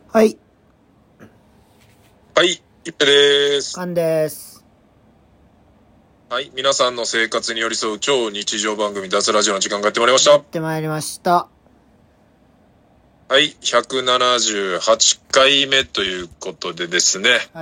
はい。 はい、一平です。 カンです。 はい、皆さんの生活に寄り添う超日常番組脱ラジオの時間がやってまいりました。 やってまいりました。 はい、178回目ということでですね。 はい。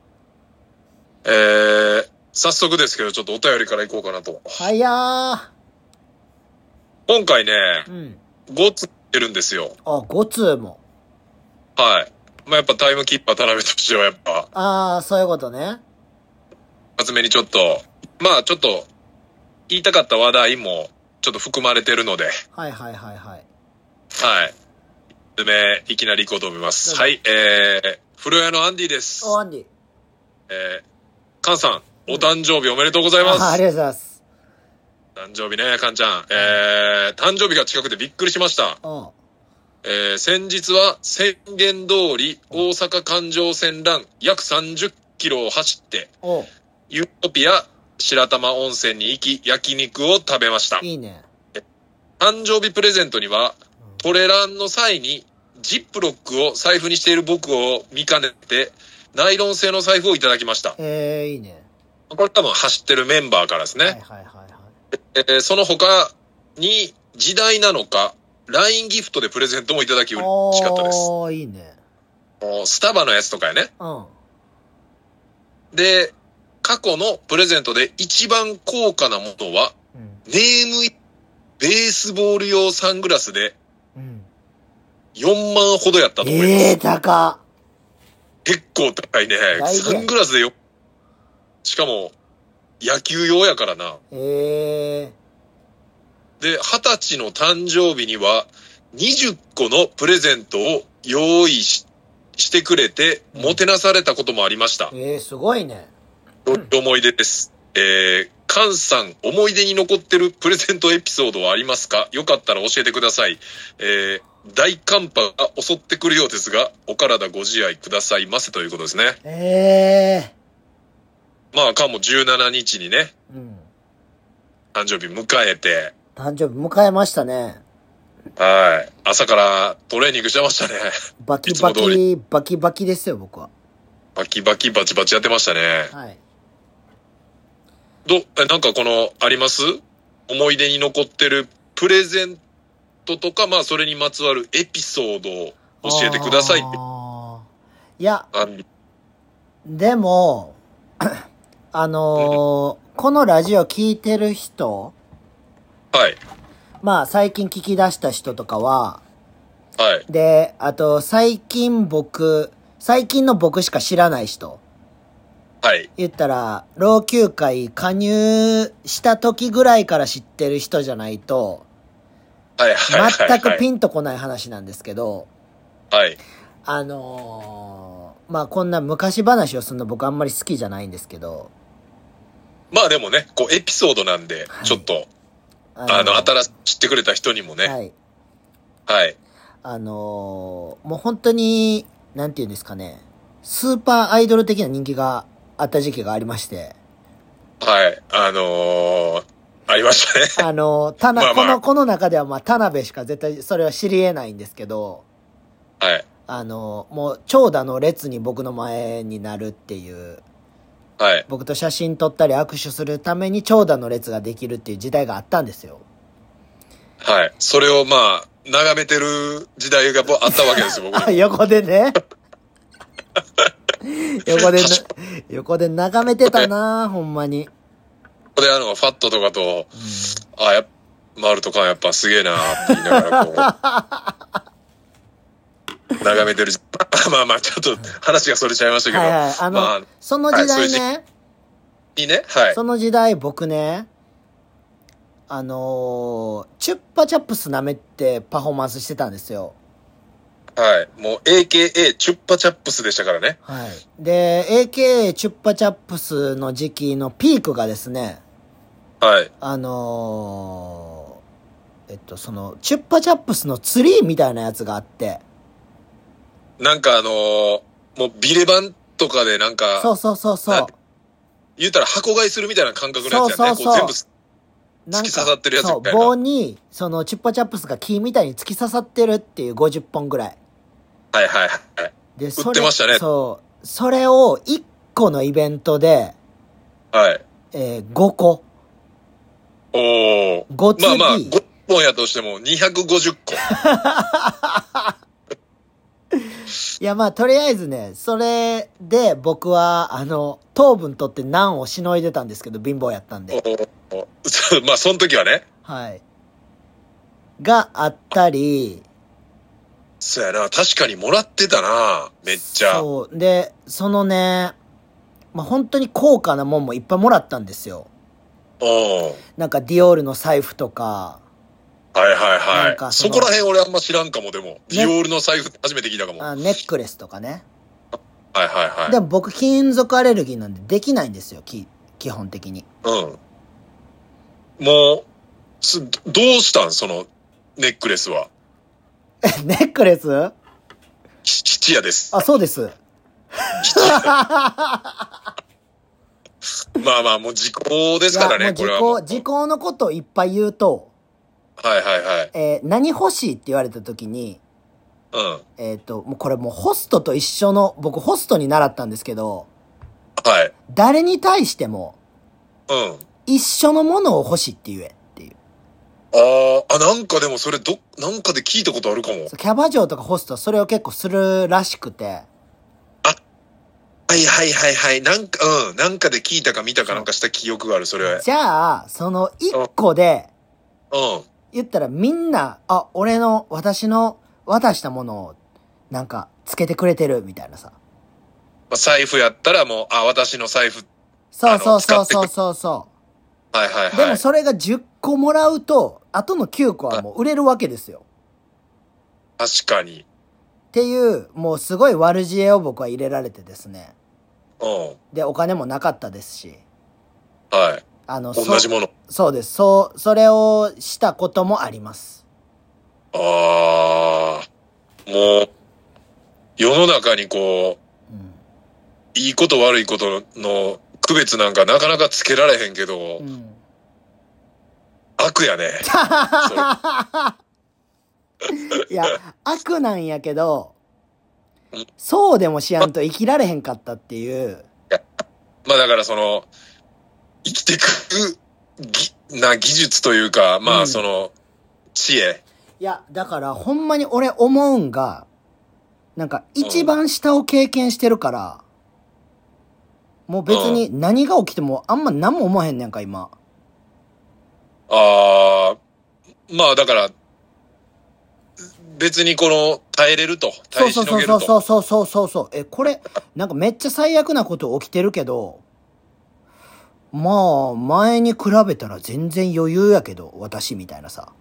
早速ですけど、ちょっとお便りからいこうかなと。 はやー。 今回ね、5通ってるんですよ。 あ、5通も。 はい。まあ、やっぱタイムキーパー田辺としてはやっぱ。 そういうことね。 初めにちょっと、まあちょっと、言いたかった話題もちょっと含まれてるので。 はいはいはいはい。 はい。説明いきなりいこうと思います。はい、風呂屋のアンディです。 アンディ。 カンさん、お誕生日おめでとうございます。 ありがとうございます。 誕生日ね、カンちゃん。誕生日が近くてびっくりしました。先日は宣言通り大阪環状線ラン約30キロを走って、ユートピア白玉温泉に行き焼肉を食べました。 いいね。 誕生日プレゼントには、トレランの際にジップロックを財布にしている僕を見かねて、ナイロン製の財布をいただきました。 いいね。 これ多分走ってるメンバーからですね。 はいはいはいはい。 その他に時代なのか、LINE ギフトでプレゼントもいただき嬉しかったです。 いいね。 スタバのやつとかやね。で、過去のプレゼントで一番高価なものは、ネームベースボール用サングラスで、4万ほどやったと思います。 高っ。 結構高いね。サングラスでよ。しかも、野球用やからな。で、20歳の誕生日には、20個のプレゼントを用意してくれて、もてなされたこともありました。 すごいね。 思い出です。カンさん、思い出に残ってるプレゼントエピソードはありますか？よかったら教えてください。大寒波が襲ってくるようですが、お体ご自愛くださいませということですね。まあ、カンも17日にね、誕生日迎えて。 誕生日迎えましたね。 はい。朝からトレーニングしてましたね。 バキバキですよ、僕は。 バキバチバチやってましたね。 はい。 なんかあります？思い出に残ってるプレゼントとか、まあそれにまつわるエピソードを教えてくださいって。 いや、でも、このラジオ聞いてる人、 はい。 まあ最近聞き出した人とかは、 はい。 で、あと最近の僕しか知らない人。 はい。 言ったら、老朽会加入した時ぐらいから知ってる人じゃないと、 はいはいはい、はい。 全くピンとこない話なんですけど、 はい。 まあこんな昔話をするの僕あんまり好きじゃないんですけど。 まあでもね、エピソードなんで、ちょっと、新しく知ってくれた人にもね。はい。はい。 もう本当に、なんて言うんですかね、スーパーアイドル的な人気があった時期がありまして。 はい。ありましたね。 この中では田辺しか絶対それは知り得ないんですけど、 はい。 もう長蛇の列に僕の前になるっていう、 はい。 僕と写真撮ったり握手するために長蛇の列ができるっていう時代があったんですよ。 はい。それをまあ、眺めてる時代があったわけですよ、僕。 横でね。横で眺めてたなほんまに。 ここでファットとかと、マルとかやっぱすげえなーって言いながら眺めてる。まあ、ちょっと話がそれちゃいましたけど。 その時代ね。 いいね。はい。 その時代僕ね、チュッパチャップス舐めてパフォーマンスしてたんですよ。 はい。もう AKA チュッパチャップスでしたからね。 はい。で、AKA チュッパチャップスの時期のピークがですね、 はい。 その、チュッパチャップスのツリーみたいなやつがあって。 なんかもうビレバンとかでなんか。 そう。 言うたら箱買いするみたいな感覚のやつやね。全部突き刺さってるやつみたいな。 棒に、そのチュッパチャップスが木みたいに突き刺さってるっていう50本ぐらい。 はいはいはい。 で、 売ってましたね。 そう。それを1個のイベントで、 はい。 5個。 おー。 5次。 まあまあ、5本やとしても250個。 いや、まあ、とりあえずね、それで僕は、糖分取ってナンをしのいでたんですけど、貧乏やったんで。 まあ、その時はね。 はい。があったり。 そうやな、確かにもらってたな、めっちゃ。 そう。で、そのね、まあ、本当に高価なもんもいっぱいもらったんですよ。なんかディオールの財布とか。 はいはいはい。 そこら辺俺あんま知らんかも、でも。ディオールの財布初めて聞いたかも。 ネックレスとかね。 はいはいはい。 でも僕金属アレルギーなんでできないんですよ、基本的に。 うん。もう、どうしたんその、ネックレスは。 ネックレス？ 質屋です。 あ、そうです。 まあまあ、もう時効ですからね、これはもう。 時効のことをいっぱい言うと、 はいはいはい。 何欲しいって言われた時に、 うん。 もうこれもうホストと一緒の、僕ホストに習ったんですけど、 はい。 誰に対しても、 うん。 一緒のものを欲しいって言えっていう。 なんかでもそれなんかで聞いたことあるかも。 キャバ嬢とかホストはそれを結構するらしくて。 はいはいはいはい。なんかで聞いたか見たかなんかした記憶がある、それ。 じゃあ、その一個で、 うん。 言ったらみんな、私の渡したものを、なんか、つけてくれてるみたいなさ。 財布やったらもう、私の財布。 そうそうそうそうそうそう。 はいはいはい。 でもそれが10個もらうと、あとの9個はもう売れるわけですよ。 確かに。 っていう、もうすごい悪知恵を僕は入れられてですね。 うん。 で、お金もなかったですし。 はい。同じもの。 そうです。それをしたこともあります。 もう、世の中にこう、いいこと悪いことの区別なんかなかなかつけられへんけど、悪やね。 いや、悪なんやけど、そうでもしやんと生きられへんかったっていう。 まあだからその、生きてく技術というか、まあその、知恵。 いや、だからほんまに俺思うんが、なんか一番下を経験してるから、もう別に何が起きてもあんま何も思わへんねんか、今。 まあだから、別にこの、耐えれると。耐えしのげると。 そう。これ、なんかめっちゃ最悪なこと起きてるけど、まあ、前に比べたら全然余裕やけど、私みたいなさ。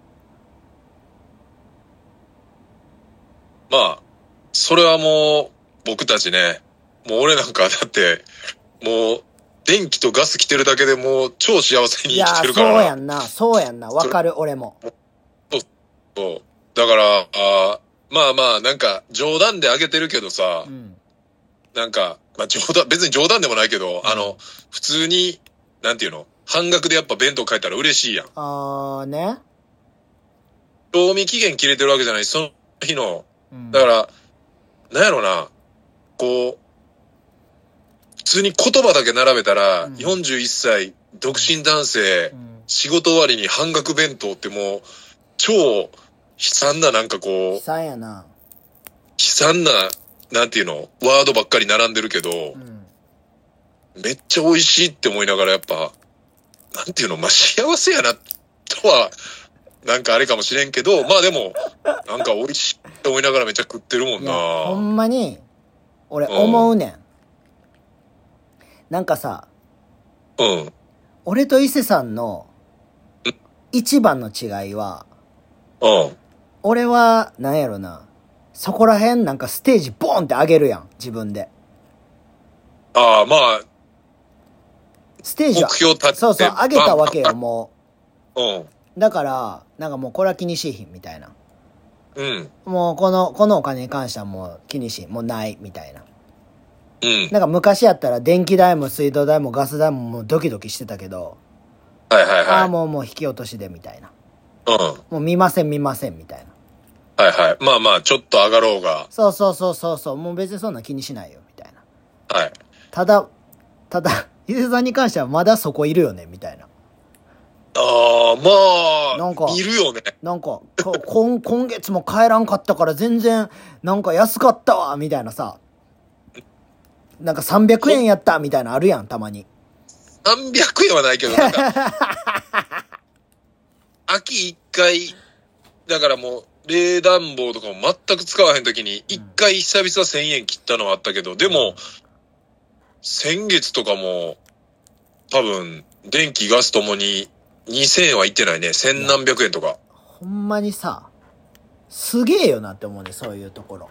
まあ、それはもう、僕たちね、もう俺なんかだって、もう、電気とガス来てるだけでもう超幸せに生きてるからな。 そうやんな。わかる、俺も。 そう。だから、まあまあ、なんか、冗談であげてるけどさ、なんか、まあ別に冗談でもないけど、普通に、なんていうの、半額でやっぱ弁当買えたら嬉しいやん。 ね。 賞味期限切れてるわけじゃない、その日の。だから、なんやろな、こう、普通に言葉だけ並べたら、41歳、独身男性、仕事終わりに半額弁当ってもう、超悲惨ななんかこう、 悲惨やな。 悲惨な、なんていうの、ワードばっかり並んでるけど、めっちゃ美味しいって思いながらやっぱ、なんていうの、まあ、幸せやな、とは、なんかあれかもしれんけど、まあでも、なんか美味しいって思いながらめっちゃ食ってるもんな。 ほんまに、俺思うねん。なんかさ、俺と伊勢さんの一番の違いは、俺は、なんやろな、そこら辺なんかステージボーンって上げるやん、自分で。 まあ、 ステージは、 目標立ってそうそう、上げたわけよ、もう。 だから、なんかもうこれは気にしいひんみたいな。もうこのお金に関してはもう気にしい、もうないみたいな。なんか昔やったら電気代も水道代もガス代ももうドキドキしてたけど、もう引き落としでみたいな。もう見ませんみたいな。 はいはい。まあまあ、ちょっと上がろうが。 そうそうそうそうそう。もう別にそんな気にしないよ、みたいな。 はい。 ただ、伊勢さんに関してはまだそこいるよね、みたいな。 ああ、まあ、 なんか、 いるよね。 なんか、今月も帰らんかったから全然、なんか安かったわ、みたいなさ。なんか300円やった、みたいなあるやん、たまに。 300円はないけど、なんか、秋1回、だからもう、冷暖房とかも全く使わへんときに、1回久々1000円切ったのはあったけど、でも、先月とかも、多分、電気、ガスともに2000円はいってないね。千何百円とか。 ほんまにさ、すげえよなって思うね、そういうところ。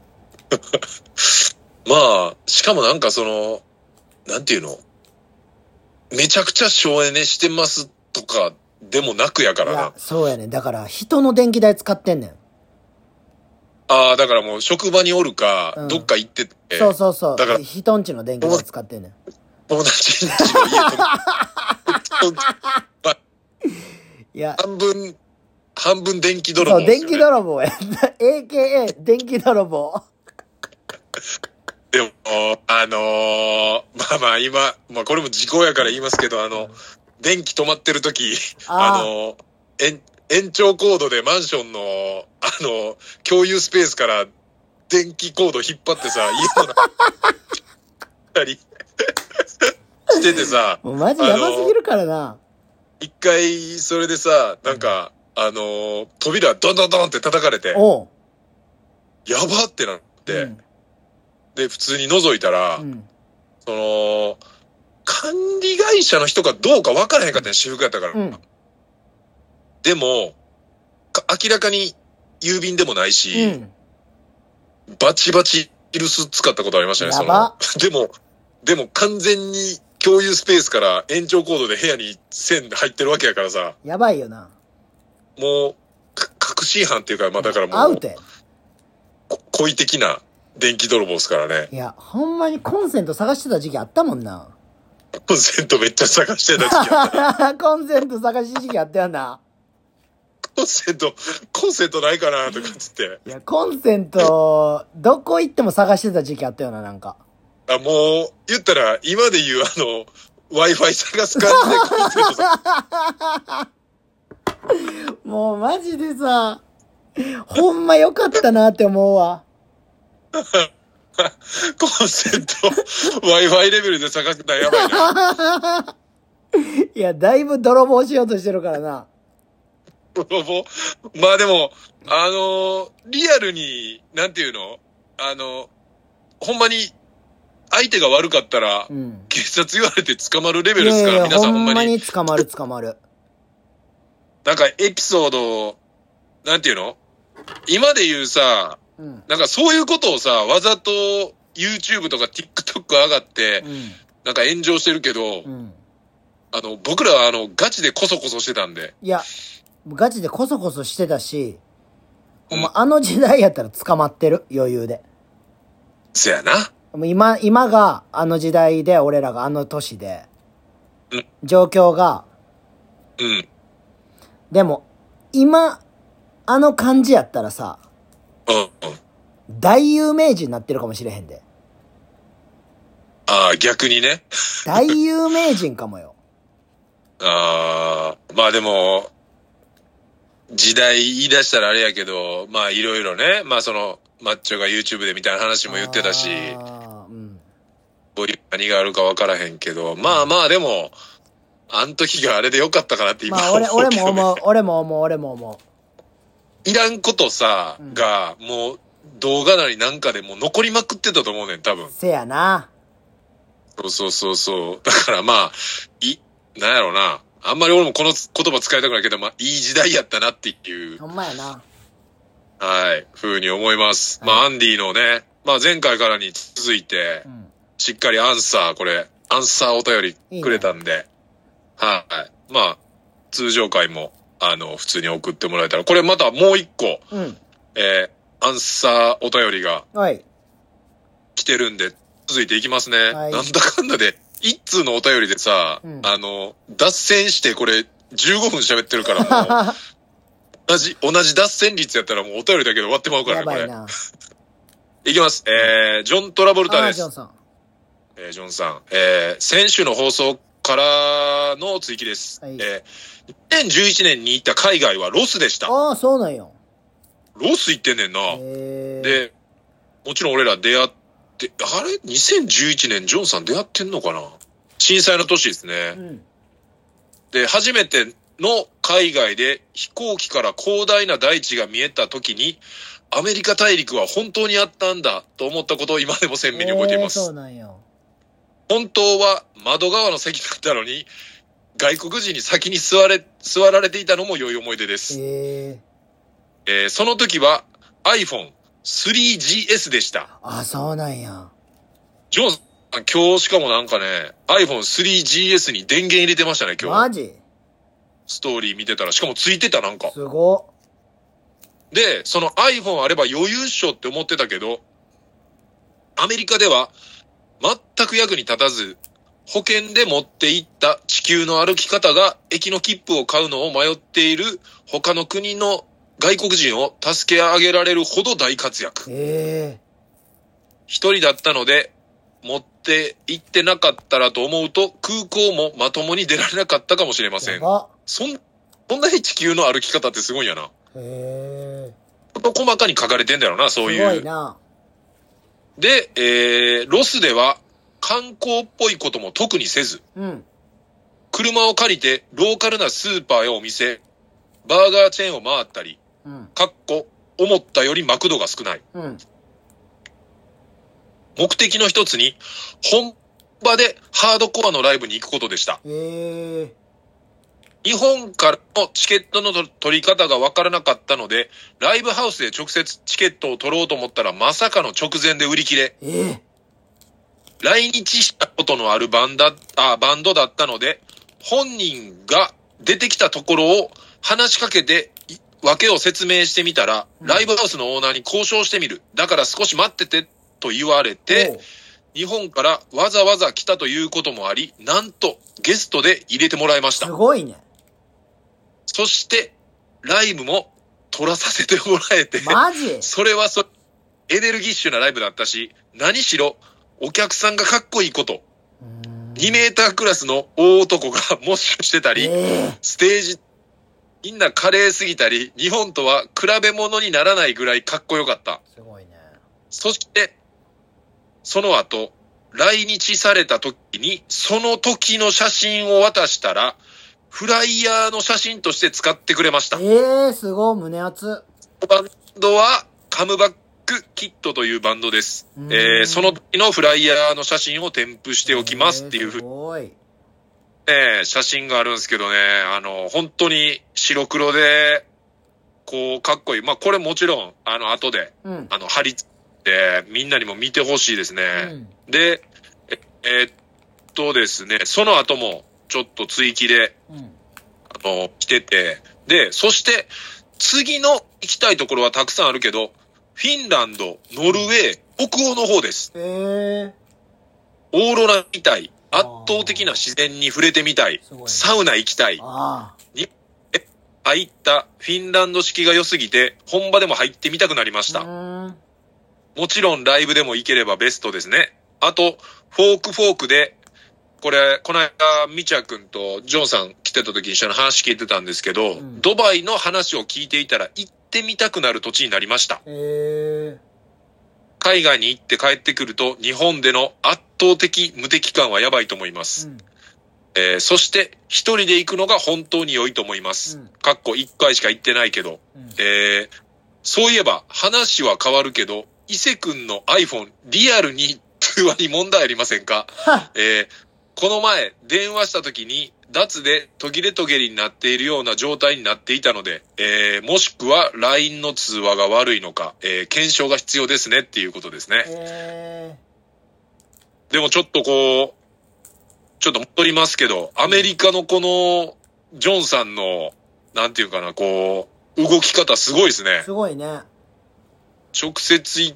まあ、しかもなんかその、なんていうの、めちゃくちゃ省エネしてますとかでもなくやからな。 そうやね。だから人の電気代使ってんねん。 ああ、だからもう職場におるか、どっか行ってて。 そうそうそう。 だから、 人んちの電気代使ってんねん。 友達んちの家と、 いや、 半分電気泥棒、 ね。そう、電気泥棒や。AKA 電気泥棒。 でも、まあまあ今、まあこれも時効やから言いますけど、電気止まってる時、延長コードでマンションの、共有スペースから電気コード引っ張ってさ、家の中、たりしててさ、 もうマジやばすぎるからな。 一回、それでさ、なんか、扉ドンドンドンって叩かれて、やばってなって、で、普通に覗いたら、その、管理会社の人かどうか分からへんかったね、私服やったから。でも、明らかに郵便でもないし、バチバチイルス使ったことありましたね、その。でも完全に共有スペースから延長コードで部屋に線入ってるわけやからさ。 やばいよな。 もう、確信犯っていうか、まあだからもう、 アウトや。 故意的な電気泥棒ですからね。 いや、ほんまにコンセント探してた時期あったもんな。 コンセントめっちゃ探してた時期あった。 コンセント探し時期あったよな。 コンセントないかなとかつって。 いや、コンセント、どこ行っても探してた時期あったよな、なんか。 もう、言ったら、今で言うWi-Fi 探す感じでコンセント探もうマジでさ、ほんま良かったなって思うわ。 コンセント、Wi-Fi レベルで探したらやばいな。 いや、だいぶ泥棒しようとしてるからな。 泥棒まあでも、リアルに、なんていうのほんまに、相手が悪かったら、警察言われて捕まるレベルですから、皆さんほんまに。 ほんまに捕まる。 なんかエピソード、なんていうの今で言うさ、なんかそういうことをさ、わざと YouTube とか TikTok 上がって、なんか炎上してるけど、僕らはガチでコソコソしてたんで。 いや、ガチでコソコソしてたし、ほんまあの時代やったら捕まってる、余裕で。 そやな。 今があの時代で、俺らがあの年で、状況が、でも、今、あの感じやったらさ、大有名人になってるかもしれへんで。 ああ、逆にね。 大有名人かもよ。 ああ、まあでも、時代言い出したらあれやけど、まあいろいろね、まあその、マッチョが YouTube でみたいな話も言ってたし、どういう何があるか分からへんけど、まあまあでも、あの時があれでよかったかなって今思うけど、ね。 まあ俺も思う。 いらんことさ、が、もう動画なりなんかでもう残りまくってたと思うねん、多分。 せやな。 そう。だからまあ、なんやろうな。あんまり俺もこの言葉使いたくないけど、まあ、いい時代やったなっていう。 ほんまやな。 はい、風に思います。まあ、アンディのね、まあ前回からに続いて、しっかりアンサーお便りくれたんで、はい。まあ、通常回も、普通に送ってもらえたら、これまたもう一個、アンサーお便りが、来てるんで、続いていきますね。なんだかんだで、一通のお便りでさ、脱線してこれ15分喋ってるからもう、 同じ脱線率やったらもうお便りだけで終わってまうからね、これ。やばいな。いきます。ジョン・トラボルタです。 ジョンさん。 ジョンさん。先週の放送からの追記です。はい、2011年に行った海外はロスでした。 ああ、そうなんよ。 ロス行ってんねんな。で、もちろん俺ら出会って、あれ ?2011 年ジョンさん出会ってんのかな？震災の年ですね。うん、で、初めての海外で飛行機から広大な大地が見えた時に、アメリカ大陸は本当にあったんだと思ったことを今でも鮮明に覚えています。 そうなんよ。 本当は窓側の席だったのに、外国人に先に座られていたのも良い思い出です。その時は iPhone 3GS でした。 あ、そうなんや。 ジョンさん、今日しかもなんかね、iPhone 3GS に電源入れてましたね、今日。 マジ？ ストーリー見てたら、しかもついてたなんか。 すごっ。 で、その iPhone あれば余裕っしょって思ってたけど、アメリカでは全く役に立たず、保険で持っていった地球の歩き方が駅の切符を買うのを迷っている他の国の外国人を助け上げられるほど大活躍。一人だったので持って行ってなかったらと思うと空港もまともに出られなかったかもしれません。そんなに地球の歩き方ってすごいんやな。細かに書かれてんだろうな、そういう。 すごいな。 で、ロスでは観光っぽいことも特にせず、うん、車を借りてローカルなスーパーやお店、バーガーチェーンを回ったり、うん、思ったよりマクドが少ない。うん、目的の一つに、本場でハードコアのライブに行くことでした。日本からのチケットの取り方がわからなかったので、ライブハウスで直接チケットを取ろうと思ったらまさかの直前で売り切れ。来日したことのあるバンドだったので、本人が出てきたところを話しかけて訳を説明してみたら、ライブハウスのオーナーに交渉してみる。だから少し待っててと言われて、日本からわざわざ来たということもあり、なんとゲストで入れてもらいました。 すごいね。 そして、ライブも撮らさせてもらえて、 マジ？ それはエネルギッシュなライブだったし、何しろ、お客さんがかっこいいこと。2メータークラスの大男がモッシュしてたり、ステージ、みんな華麗すぎたり、日本とは比べ物にならないぐらいかっこよかった。 すごいね。 そして、その後、来日された時に、その時の写真を渡したら、フライヤーの写真として使ってくれました。 すごい、胸熱。 バンドは、カムバックキットというバンドです。その時のフライヤーの写真を添付しておきますっていうすごい。 写真があるんですけどね、本当に白黒で、こう、かっこいい。まあ、これもちろん、後で、貼り付けて、みんなにも見てほしいですね。で、ですね、その後も、ちょっと追記で、来てて、で、そして、次の行きたいところはたくさんあるけど、フィンランド、ノルウェー、北欧の方です。オーロラ見たい。圧倒的な自然に触れてみたい。サウナ行きたい。に入ったフィンランド式が良すぎて、本場でも入ってみたくなりました。もちろんライブでも行ければベストですね。あと、フォークで、これ、この間、みちゃくんとジョンさん来てた時に一緒に話聞いてたんですけど、ドバイの話を聞いていたら行ってみたくなる土地になりました。海外に行って帰ってくると、日本での圧倒的無敵感はやばいと思います。そして、一人で行くのが本当に良いと思います。1回しか行ってないけど。そういえば、話は変わるけど、伊勢くんの iPhone、リアルに通話に問題ありませんか？この前、電話した時に、脱で途切れ途切れになっているような状態になっていたので、もしくは LINE の通話が悪いのか、検証が必要ですねっていうことですね。でもちょっとこう、ちょっと戻りますけど、アメリカのこの、ジョンさんの、なんていうかな、こう、動き方すごいですね。 すごいね。 直接行って、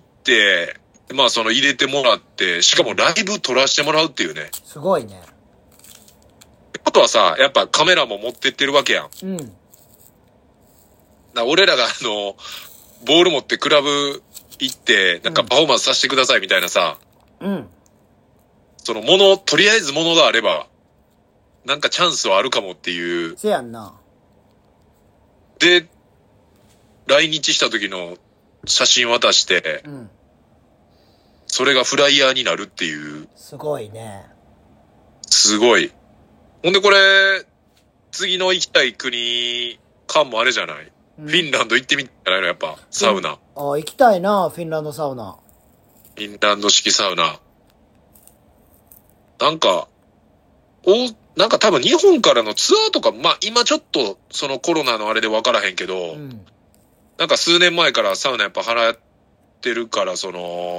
まあその入れてもらって、しかもライブ撮らせてもらうっていうね。 すごいね。 ってことはさ、やっぱカメラも持ってってるわけやん。 俺らがボール持ってクラブ行って、なんかパフォーマンスさせてくださいみたいなさ、 うん。 とりあえず物があれば、なんかチャンスはあるかもっていう。 せやんな。 で、来日した時の写真渡して、うん、それがフライヤーになるっていう。 すごいね。すごい。ほんでこれ、次の行きたい国、間もあれじゃない、うん、フィンランド行ってみたんじゃないのやっぱ、サウナ。 ああ、行きたいな、フィンランドサウナ。 フィンランド式サウナ。なんか多分日本からのツアーとか、まあ今ちょっとそのコロナのあれで分からへんけど、うん、なんか数年前からサウナやっぱ払ってるから、日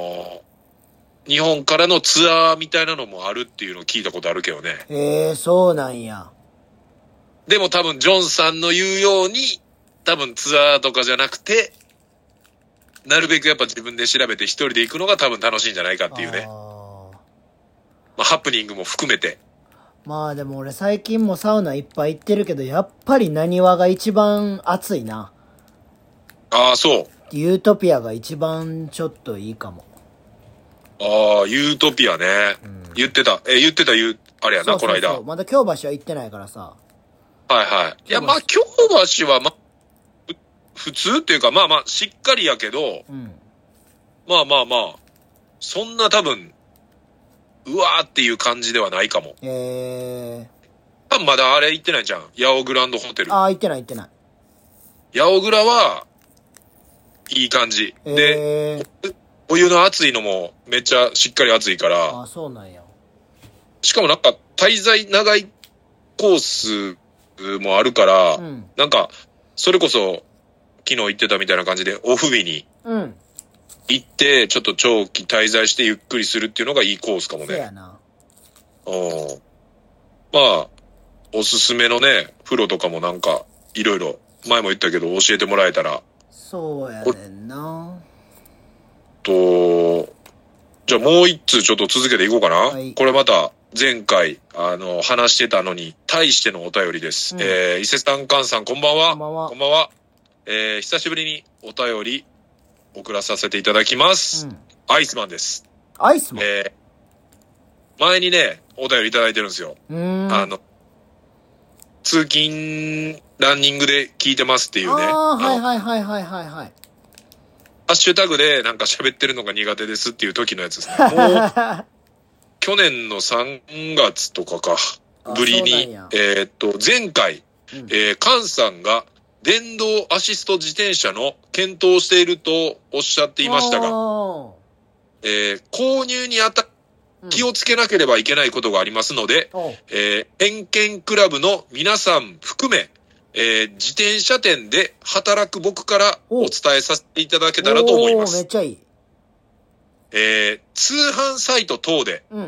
本からのツアーみたいなのもあるっていうのを聞いたことあるけどね。 へえ、そうなんや。 でも多分ジョンさんの言うように、多分ツアーとかじゃなくて、なるべくやっぱ自分で調べて一人で行くのが多分楽しいんじゃないかっていうね。まあハプニングも含めて。 まあでも俺最近もサウナいっぱい行ってるけど、やっぱり何話が一番熱いな。 ああ、そう。 ユートピアが一番ちょっといいかも。 ああ、ユートピアね。うん、言ってた、あれやな、 そうそうそう、 この間。 まだ京橋は行ってないからさ。 はいはい。いや、まあ京橋は普通っていうか、まあまあ、しっかりやけど、うん、まあまあまあ、そんな多分、うわーっていう感じではないかも。多分まだあれ行ってないじゃん。ヤオグランドホテル。 ああ、行ってない。 ヤオグラは、いい感じ。で、お湯の熱いのもめっちゃしっかり熱いから。 あ、そうなんや。 しかもなんか滞在長いコースもあるから、うん、なんか、それこそ昨日言ってたみたいな感じでオフ日に行って、ちょっと長期滞在してゆっくりするっていうのがいいコースかもね。そうやな。まあ、おすすめのね、風呂とかもなんか、いろいろ、前も言ったけど教えてもらえたら。 そうやねんな。 じゃあもう一通ちょっと続けていこうかな。はい、これまた前回、話してたのに対してのお便りです。うん、伊勢さん、菅さん、こんばんは。こんばんは。久しぶりにお便り送らさせていただきます。うん、アイスマンです。 アイスマン、 前にね、お便りいただいてるんですよ。通勤、ランニングで聞いてますっていうね。 はい。 ハッシュタグでなんか喋ってるのが苦手ですっていう時のやつですね。もう、去年の3月とかか、ぶりに、前回、菅さんが電動アシスト自転車の検討しているとおっしゃっていましたが、購入に気をつけなければいけないことがありますので、偏見クラブの皆さん含め、自転車店で働く僕からお伝えさせていただけたらと思います。 めっちゃいい。 通販サイト等で、うん、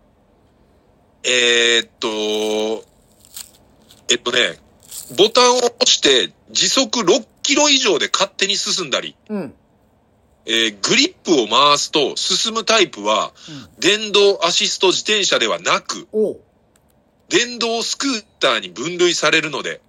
ボタンを押して時速6キロ以上で勝手に進んだり、うん、グリップを回すと進むタイプは、うん、電動アシスト自転車ではなく、電動スクーターに分類されるので、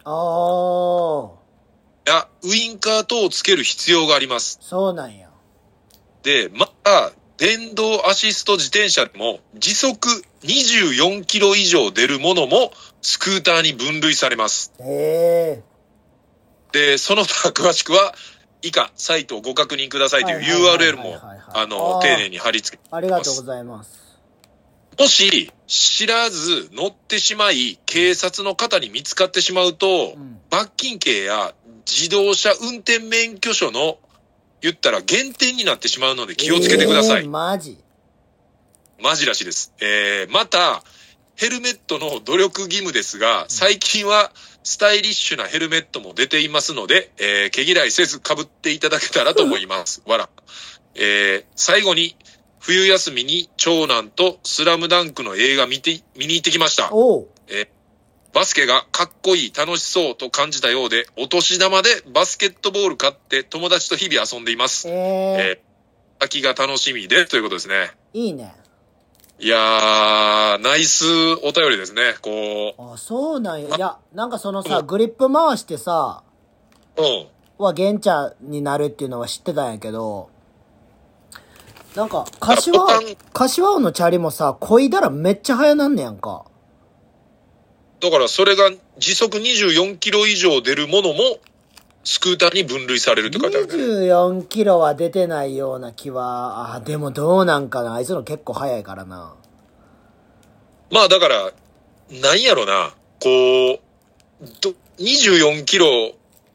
ウインカー等をつける必要があります。 そうなんや。 で、また、電動アシスト自転車でも時速24キロ以上出るものもスクーターに分類されます。で、その他詳しくは以下サイトをご確認くださいという URL も丁寧に貼り付けてます。 ありがとうございます。 もし知らず乗ってしまい警察の方に見つかってしまうと、罰金刑や自動車運転免許証の言ったら減点になってしまうので気をつけてください。 マジらしいです。また、ヘルメットの努力義務ですが、最近はスタイリッシュなヘルメットも出ていますので、毛嫌いせず被っていただけたらと思います。わら。最後に、冬休みに長男とスラムダンクの映画見に行ってきました。バスケがかっこいい、楽しそうと感じたようで、お年玉でバスケットボール買って友達と日々遊んでいます。秋が楽しみですということですね。 いいね。 いやー、ナイスお便りですね。 そうなんや。いや、なんかそのさ、グリップ回してさ、 は原茶になるっていうのは知ってたんやけど、なんか、柏王のチャリもさ、漕いだらめっちゃ速なんねやんか。 だからそれが時速24キロ以上出るものも、スクーターに分類されるって書いてあるね。 24キロは出てないような気は、でもどうなんかな。あいつの結構速いからな。 まあだから、なんやろな、こう、24キロを、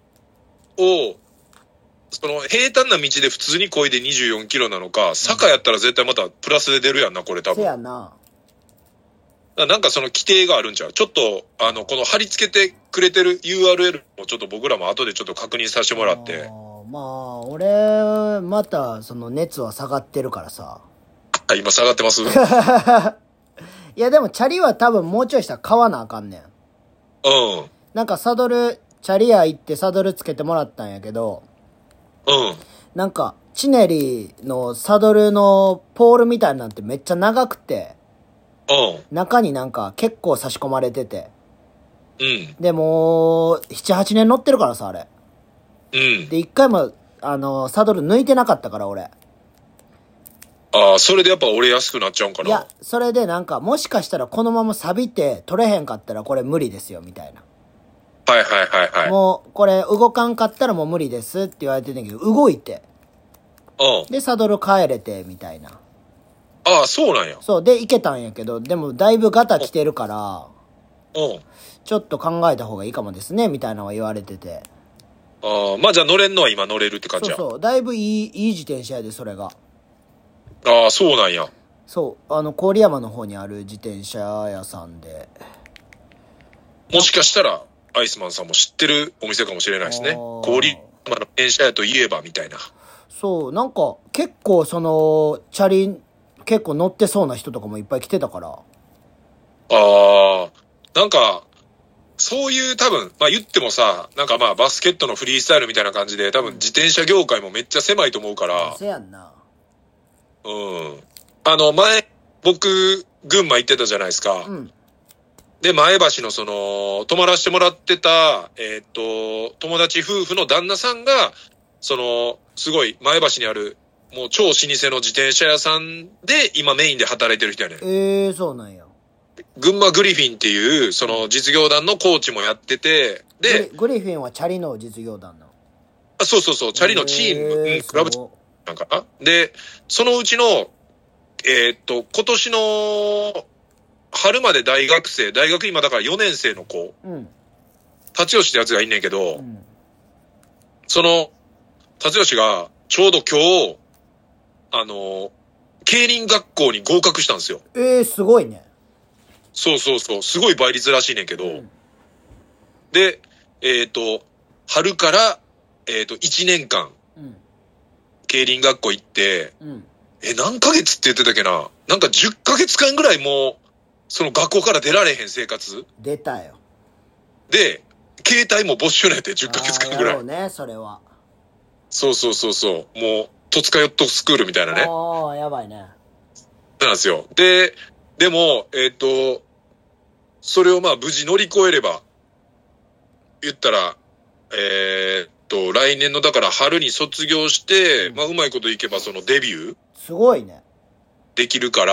その平坦な道で普通に漕いで24キロなのか、坂やったら絶対またプラスで出るやんな、これ多分。 せやな。 なんかその規定があるんちゃう？ちょっと、この貼り付けてくれてる URL もちょっと僕らも後でちょっと確認させてもらって。 まあ、俺、また、その熱は下がってるからさ。 今下がってますいやでもチャリは多分もうちょいしたら買わなあかんねん。 うん。 なんかサドル、チャリ屋行ってサドルつけてもらったんやけど、 うん。 なんか、チネリのサドルのポールみたいなんてめっちゃ長くて、 うん。 中になんか結構差し込まれてて。 うん。 で、もう、7、8年乗ってるからさ、あれ。 うん。 で、一回も、サドル抜いてなかったから、俺。 ああ、それでやっぱ折れやすくなっちゃうんかな。 いや、それでなんか、もしかしたらこのまま錆びて取れへんかったらこれ無理ですよ、みたいな。 はいはいはいはい。 もう、これ動かんかったらもう無理ですって言われてんだけど、動いて。 うん。 で、サドル帰れて、みたいな。 ああ、そうなんや。 そう、で、行けたんやけど、でもだいぶガタ来てるから、 うん。 ちょっと考えた方がいいかもですね、みたいなのは言われてて。 ああ、まあじゃあ乗れんのは今乗れるって感じや。 そうそう、だいぶいい自転車やで、それが。 ああ、そうなんや。 そう、郡山の方にある自転車屋さんで。 もしかしたら、アイスマンさんも知ってるお店かもしれないですね。郡山の自転車屋といえば、みたいな。 そう、なんか、結構その、チャリ、結構乗ってそうな人とかもいっぱい来てたから。 ああ、なんか、そういう多分、まあ言ってもさ、なんかまあバスケットのフリースタイルみたいな感じで、多分自転車業界もめっちゃ狭いと思うから。 せやんな。 うん。前、僕、群馬行ってたじゃないですか。 うん。 で、前橋のその、泊まらせてもらってた、友達夫婦の旦那さんが、その、すごい前橋にある、もう超老舗の自転車屋さんで、今メインで働いてる人やねん。 そうなんや。 群馬グリフィンっていう、その実業団のコーチもやってて、で、 グリフィンはチャリの実業団なの。 あ、そうそうそう、チャリのチーム、クラブなんかな。で、そのうちの、今年の春まで大学今だから4年生の子、 うん。 達吉ってやつがいんねんけど、 うん、 その、達吉がちょうど今日、競輪学校に合格したんですよ。 すごいね。 そうそうそう、すごい倍率らしいねんけど、うん、で、春から、1年間、うん、競輪学校行って、うん、何ヶ月って言ってたっけな、なんか10ヶ月間ぐらいもう、その学校から出られへん生活出たよ。 で、携帯も没収なんやって、10ヶ月間ぐらい。 そうね、それは。 そうそうそうそう。もう、戸塚ヨットスクールみたいなね。 ああ、やばいね。 なんですよ。でも、それをまあ無事乗り越えれば、言ったら、来年のだから春に卒業して、まあうまいこといけばそのデビューすごいね。 できるから、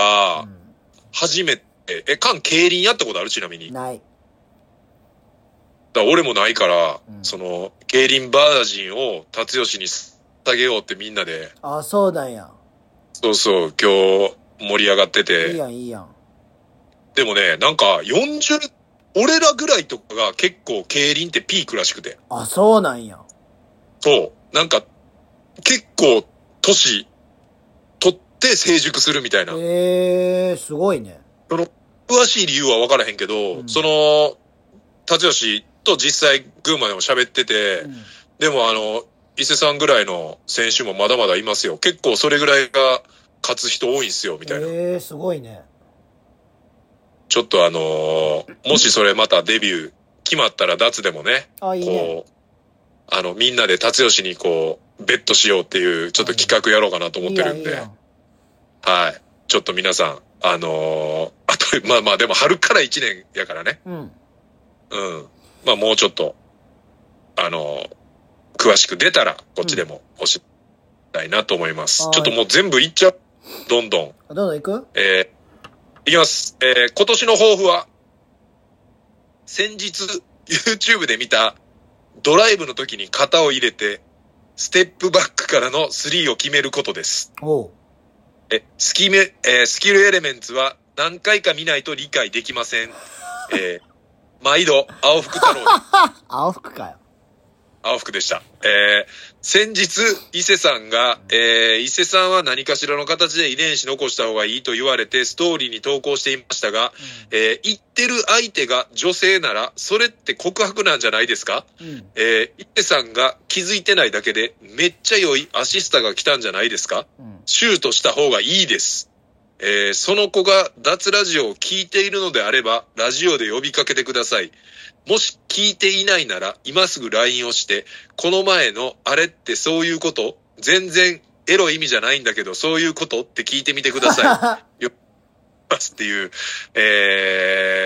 初めて、競輪やったことある？ちなみに。 ない。 だから俺もないから、その、競輪バージンを達吉に捧げようってみんなで。 あ、そうなんや。 そうそう、今日盛り上がってて。 いいやん、いいやん。 でもね、なんか俺らぐらいとかが結構競輪ってピークらしくて。 あ、そうなんや。 そう。なんか、結構、年、取って成熟するみたいな。 すごいね。 その、詳しい理由は分からへんけど、その、達吉と実際群馬でも喋ってて、でも伊勢さんぐらいの選手もまだまだいますよ。結構それぐらいが勝つ人多いんすよ、みたいな。 すごいね。 ちょっともしそれまたデビュー決まったら脱でもね、 いいね、 こう、みんなで達吉にこう、ベットしようっていうちょっと企画やろうかなと思ってるんで、はい。ちょっと皆さん、あと、まあでも春から1年やからね。うん。まあもうちょっと、 詳しく出たら、こっちでも教えたいなと思います。ちょっともう全部いっちゃう。どんどん。 どんどんいく？ いきます。今年の抱負は、先日 YouTube で見たドライブの時に肩を入れて、ステップバックからの3を決めることです。スキルエレメンツは何回か見ないと理解できません。毎度、青福太郎です。 青福かよ。 青福でした。先日、伊勢さんが、伊勢さんは何かしらの形で遺伝子残した方がいいと言われてストーリーに投稿していましたが、言ってる相手が女性なら、それって告白なんじゃないですか？伊勢さんが気づいてないだけで、めっちゃ良いアシスタが来たんじゃないですか？シュートした方がいいです。その子が脱ラジオを聞いているのであれば、ラジオで呼びかけてください。もし聞いていないなら、今すぐ LINE をして、この前のあれってそういうこと？全然エロい意味じゃないんだけど、そういうことって聞いてみてください。よますっていう、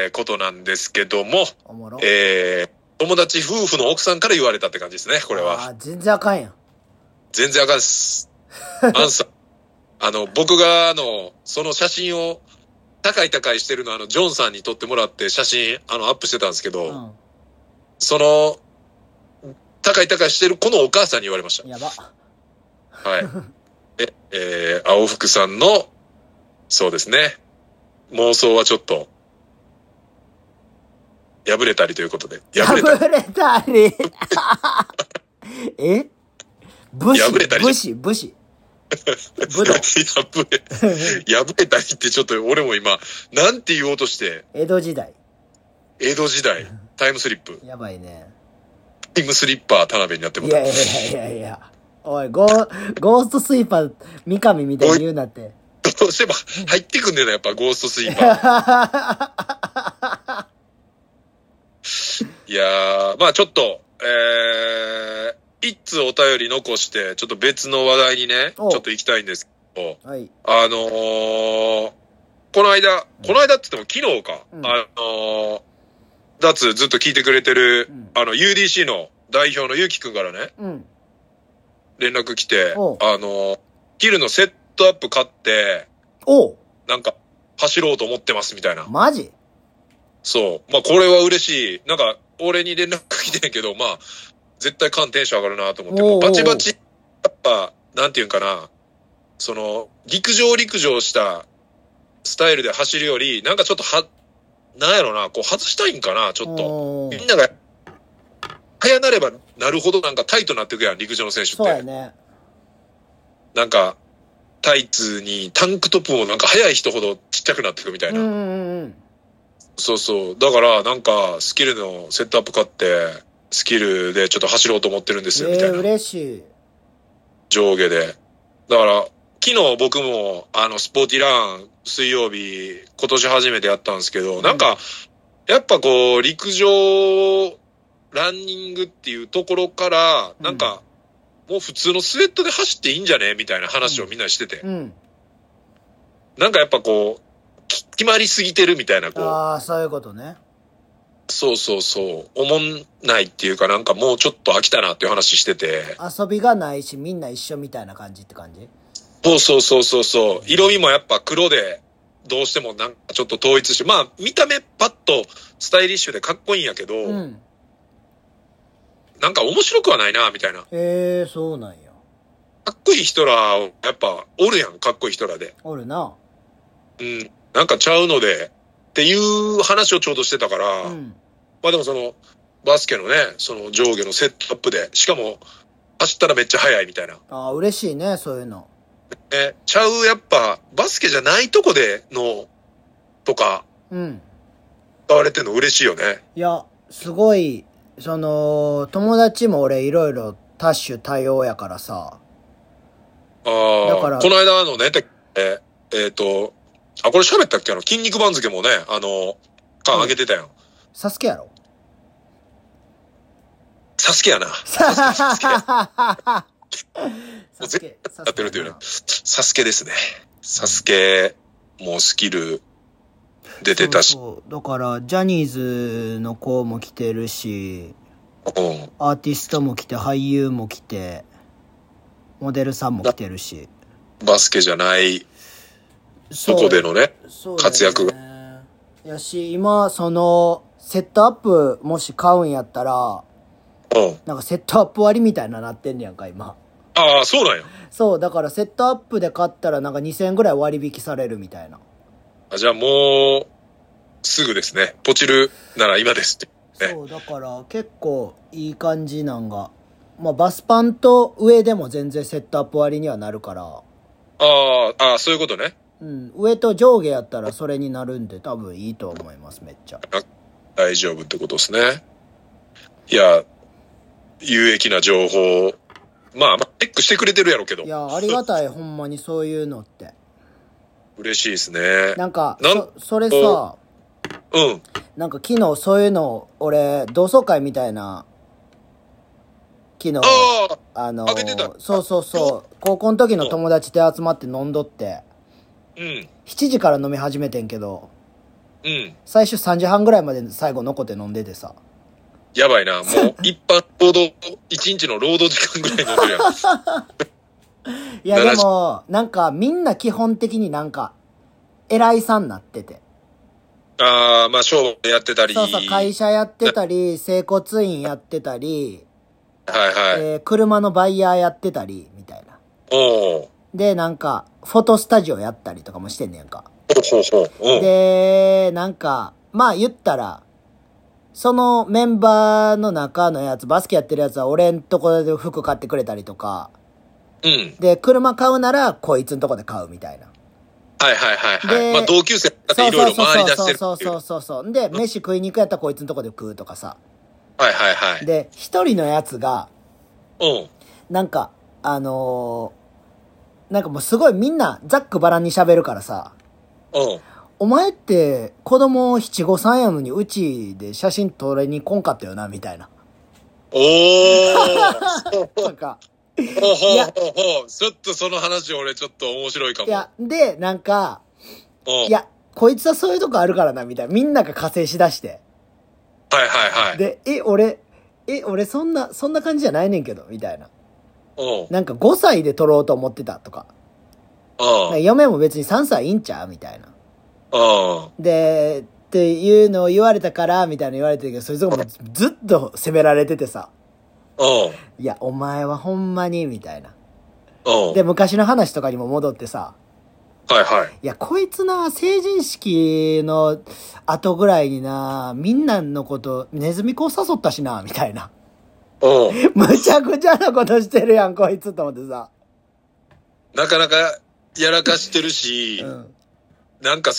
ことなんですけども、友達夫婦の奥さんから言われたって感じですね、これは。 全然あかんやん。 全然あかんです。アンさん。僕がその写真を、高いしてるのジョンさんに撮ってもらって写真アップしてたんですけど、その高いしてるこのお母さんに言われました。 やば。 はい。青福さんのそうですね、妄想はちょっと破れたりということで。 破れたり武士武士破れたりってちょっと俺も今なんて言おうとして。 江戸時代タイムスリップ。 やばいね。 タイムスリッパー田辺になってもらう。 いやおいゴーストスイーパー三上みたいに言うなって。 どうしても入ってくんねえな、やっぱゴーストスイーパー。いやー、まあちょっと一通お便り残してちょっと別の話題にねちょっと行きたいんですけど、はい、この間って言っても昨日か、ダツずっと聞いてくれてる、UDC の代表のゆうきくんからね、連絡来て、キルのセットアップ買って、なんか走ろうと思ってますみたいな。 マジ？ そう。まあこれは嬉しい。なんか俺に連絡来てんけど、まあ絶対テンション上がるなと思って、もうバチバチ、やっぱ、なんていうんかな、陸上したスタイルで走るより、なんかちょっとなんやろな、こう外したいんかな、ちょっと。みんなが、早なればなるほどなんかタイトになっていくやん、陸上の選手って。 そうやね。 なんか、タイツにタンクトップもなんか速い人ほどちっちゃくなっていくみたいな。そうそう。だから、なんか、スキルのセットアップ買って、スキルでちょっと走ろうと思ってるんですよ、みたいな。 嬉しい。 上下で。だから、昨日僕も、スポーティラン、水曜日、今年初めてやったんですけど、なんか、やっぱこう、陸上、ランニングっていうところから、なんか、もう普通のスウェットで走っていいんじゃねみたいな話をみんなしてて。なんかやっぱこう、決まりすぎてるみたいな、こう。 ああ、そういうことね。 そう。おもんないっていうかなんかもうちょっと飽きたなっていう話してて。 遊びがないしみんな一緒みたいな感じって感じ？ そう。色味もやっぱ黒でどうしてもなんかちょっと統一して、まあ見た目パッとスタイリッシュでかっこいいんやけど、なんか面白くはないなみたいな。 そうなんや。 かっこいい人らやっぱおるやん、かっこいい人らで。 おるな。 なんかちゃうので。っていう話をちょうどしてたから、まあでもバスケのね、上下のセットアップで、しかも走ったらめっちゃ速いみたいな。 ああ、嬉しいね、そういうの。 ちゃう、やっぱ、バスケじゃないとこでの、とか、使われてんの嬉しいよね。 いや、すごい、友達も俺いろいろ多種多様やからさ。 だから、この間ね、これ喋ったっけ筋肉番付もね、缶上げてたよ。 サスケやろ？ サスケやな。サスケ。やってるっていうね。サスケですね。サスケもスキル出てたし。 だから、ジャニーズの子も来てるし。 アーティストも来て、俳優も来て、モデルさんも来てるし。 バスケじゃない、そこでのね、活躍が。 やし、今、セットアップもし買うんやったら、なんかセットアップ割みたいななってんねやんか、今。 ああ、そうなんや。 そう、だからセットアップで買ったらなんか2000円ぐらい割引されるみたいな。 じゃあもう、すぐですね。ポチるなら今ですって、ね。 そう、だから結構いい感じなんが。まあバスパンと上でも全然セットアップ割にはなるから。 ああ、そういうことね。 うん、上と上下やったらそれになるんで多分いいと思います、めっちゃ。 大丈夫ってことですね。いや、有益な情報、まあ、チェックしてくれてるやろうけど。 いや、ありがたい、ほんまにそういうのって。 嬉しいですね。 なんか、それさ、 うん。 なんか昨日そういうの、俺、同窓会みたいな、昨日、 開けてた。 そう、高校の時の友達で集まって飲んどって、 うん。 7時から飲み始めてんけど、 うん。 最終3時半ぐらいまで最後残って飲んでてさ。 やばいな。もう、一般労働、一日の労働時間ぐらい飲んでるやん。 いやでも、なんかみんな基本的になんか、偉いさんなってて。 ああ、まあ、商売やってたり。 そう、会社やってたり、整骨院やってたり、 はいはい。 車のバイヤーやってたり、みたいな。 おう。 で、なんか、フォトスタジオやったりとかもしてんねやんか。 ほう。 で、なんか、まあ言ったら、そのメンバーの中のやつ、バスケやってるやつは俺んとこで服買ってくれたりとか、 うん。 で、車買うならこいつんとこで買うみたいな。 はい。まあ同級生っていろいろ回り出してる。 そう。で、飯食いに行くやったらこいつんとこで食うとかさ。 はい。 で、一人のやつが、なんか、なんかもうすごいみんなざっくばらんに喋るからさ、お前って子供七五三やのにうちで写真撮りに来んかったよなみたいな。 おーなんかちょっとその話俺ちょっと面白いかも。 いや、で、なんか、いや、こいつはそういうとこあるからなみたいな。みんなが加勢しだして。 はい。 で、俺そんな感じじゃないねんけど、みたいな。なんか5歳で撮ろうと思ってたとか。嫁も別に3歳いいんちゃうみたいな。で、っていうのを言われたから、みたいな言われてるけど、そいつがもうずっと責められててさ。いや、お前はほんまに、みたいな。で、昔の話とかにも戻ってさ。いや、こいつな、成人式の後ぐらいにな、みんなのこと、ネズミ子を誘ったしな、みたいな。むちゃくちゃなことしてるやん、こいつと思ってさ。 なかなかやらかしてるし、なんか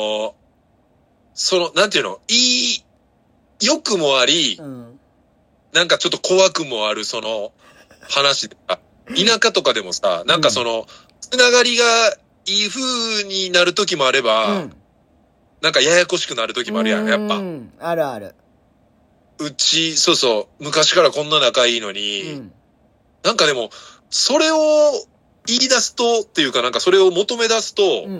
なんていうの、良くもあり、なんかちょっと怖くもあるその話で、田舎とかでもさ、なんかつながりがいい風になる時もあれば、なんかややこしくなる時もあるやん、やっぱ。 あるある。 うち、昔からこんな仲いいのに、なんかでも、それを言い出すと、っていうかなんかそれを求め出すと、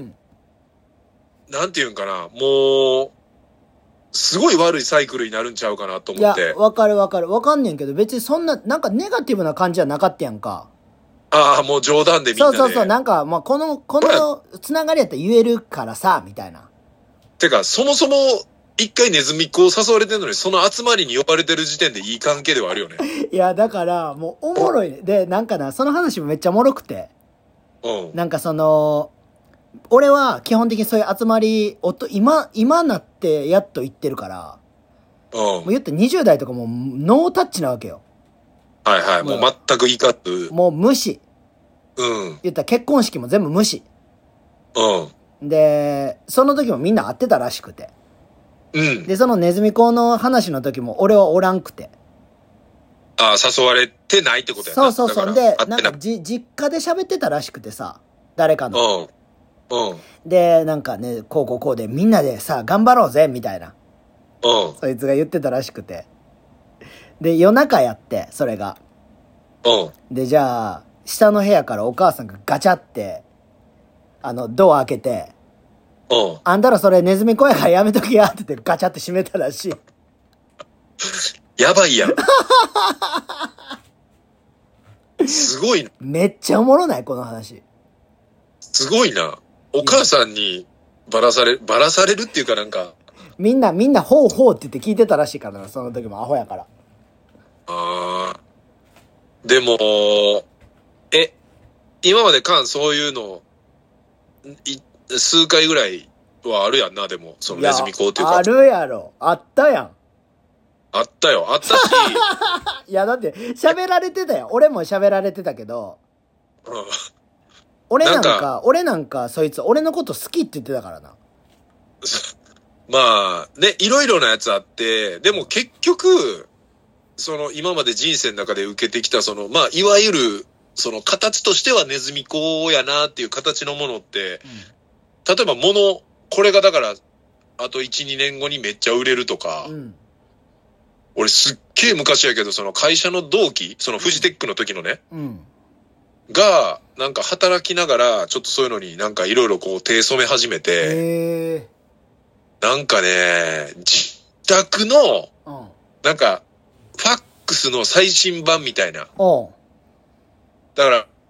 なんていうんかな、もう、すごい悪いサイクルになるんちゃうかなと思って。いや、 わかる。わかんねんけど、別にそんな、なんかネガティブな感じはなかったやんか。 ああ、もう冗談でみんなで。 そう、なんか、まあ、このつながりやったら言えるからさ、みたいな。 てか、そもそも、一回ネズミっ子を誘われてるのに、その集まりに呼ばれてる時点でいい関係ではあるよね。 いや、だから、もうおもろいね。で、なんかな、その話もめっちゃおもろくて。なんか俺は基本的にそういう集まり、今なってやっと行ってるから、もう言って20代とかもうノータッチなわけよ。 もう全くいかず。 もう無視。言ったら結婚式も全部無視。で、その時もみんな会ってたらしくて。で、そのネズミ講の話の時も俺はおらんくて。 誘われてないってことやな。 そう。で、なんか実家で喋ってたらしくてさ、誰かの。で、なんかね、こうで、みんなでさ、頑張ろうぜ、みたいな。そいつが言ってたらしくて。で、夜中やって、それが。で、じゃあ、下の部屋からお母さんがガチャって、ドア開けて、あんたらそれネズミ小屋からやめときやって言ってガチャって閉めたらしい。 やばいやん。すごいな。 めっちゃおもろないこの話。 すごいな。お母さんにばらされるっていうかなんか。 みんな、ほうほうって言って聞いてたらしいからな、その時もアホやから。 ああ。でも、今までそういうの、数回ぐらいはあるやんな、でも、そのネズミ講っていうか。 あるやろ。あったやん。 あったよ、あったし。 いや、だって、喋られてたよ。俺も喋られてたけど、 うん、 俺なんか、そいつ、俺のこと好きって言ってたからな。 まあ、ね、いろいろなやつあって、でも結局、その今まで人生の中で受けてきた、その、まあ、いわゆる、その形としてはネズミ講やなっていう形のものって、例えばこれがだから、あと1、2年後にめっちゃ売れるとか、俺すっげえ昔やけど、その会社の同期、そのフジテックの時のね、が、なんか働きながら、ちょっとそういうのになんかいろいろこう手染め始めて、なんかね、自宅の、なんか、ファックスの最新版みたいな。だから、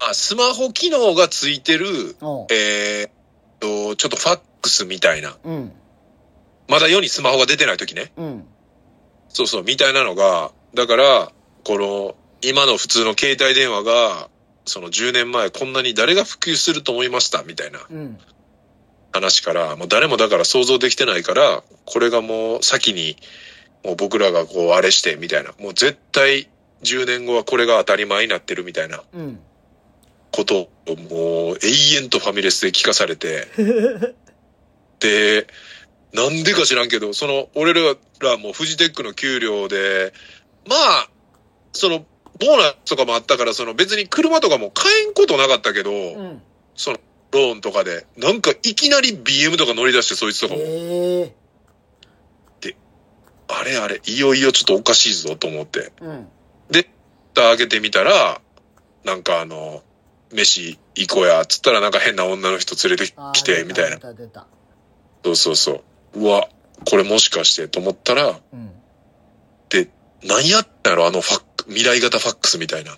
スマホ機能がついてる、ちょっとファックスみたいな。まだ世にスマホが出てない時ね。そうそう、みたいなのが、だから、この、今の普通の携帯電話が、その10年前こんなに誰が普及すると思いましたみたいな話から、もう誰もだから想像できてないから、これがもう先に、もう僕らがこうあれしてみたいな、もう絶対10年後はこれが当たり前になってるみたいなことをもう永遠とファミレスで聞かされて、で、なんでか知らんけど、その俺らもフジテックの給料で、まあ、そのボーナスとかもあったから、その別に車とかも買えんことなかったけど、そのローンとかで、なんかいきなり BM とか乗り出してそいつとかも。あれ、いよいよちょっとおかしいぞと思って。で、開けてみたら、なんか飯行こうや、つったらなんか変な女の人連れてきて、みたいな。そうそう。うわ、これもしかしてと思ったら、で、何やったやろ、未来型ファックスみたいな。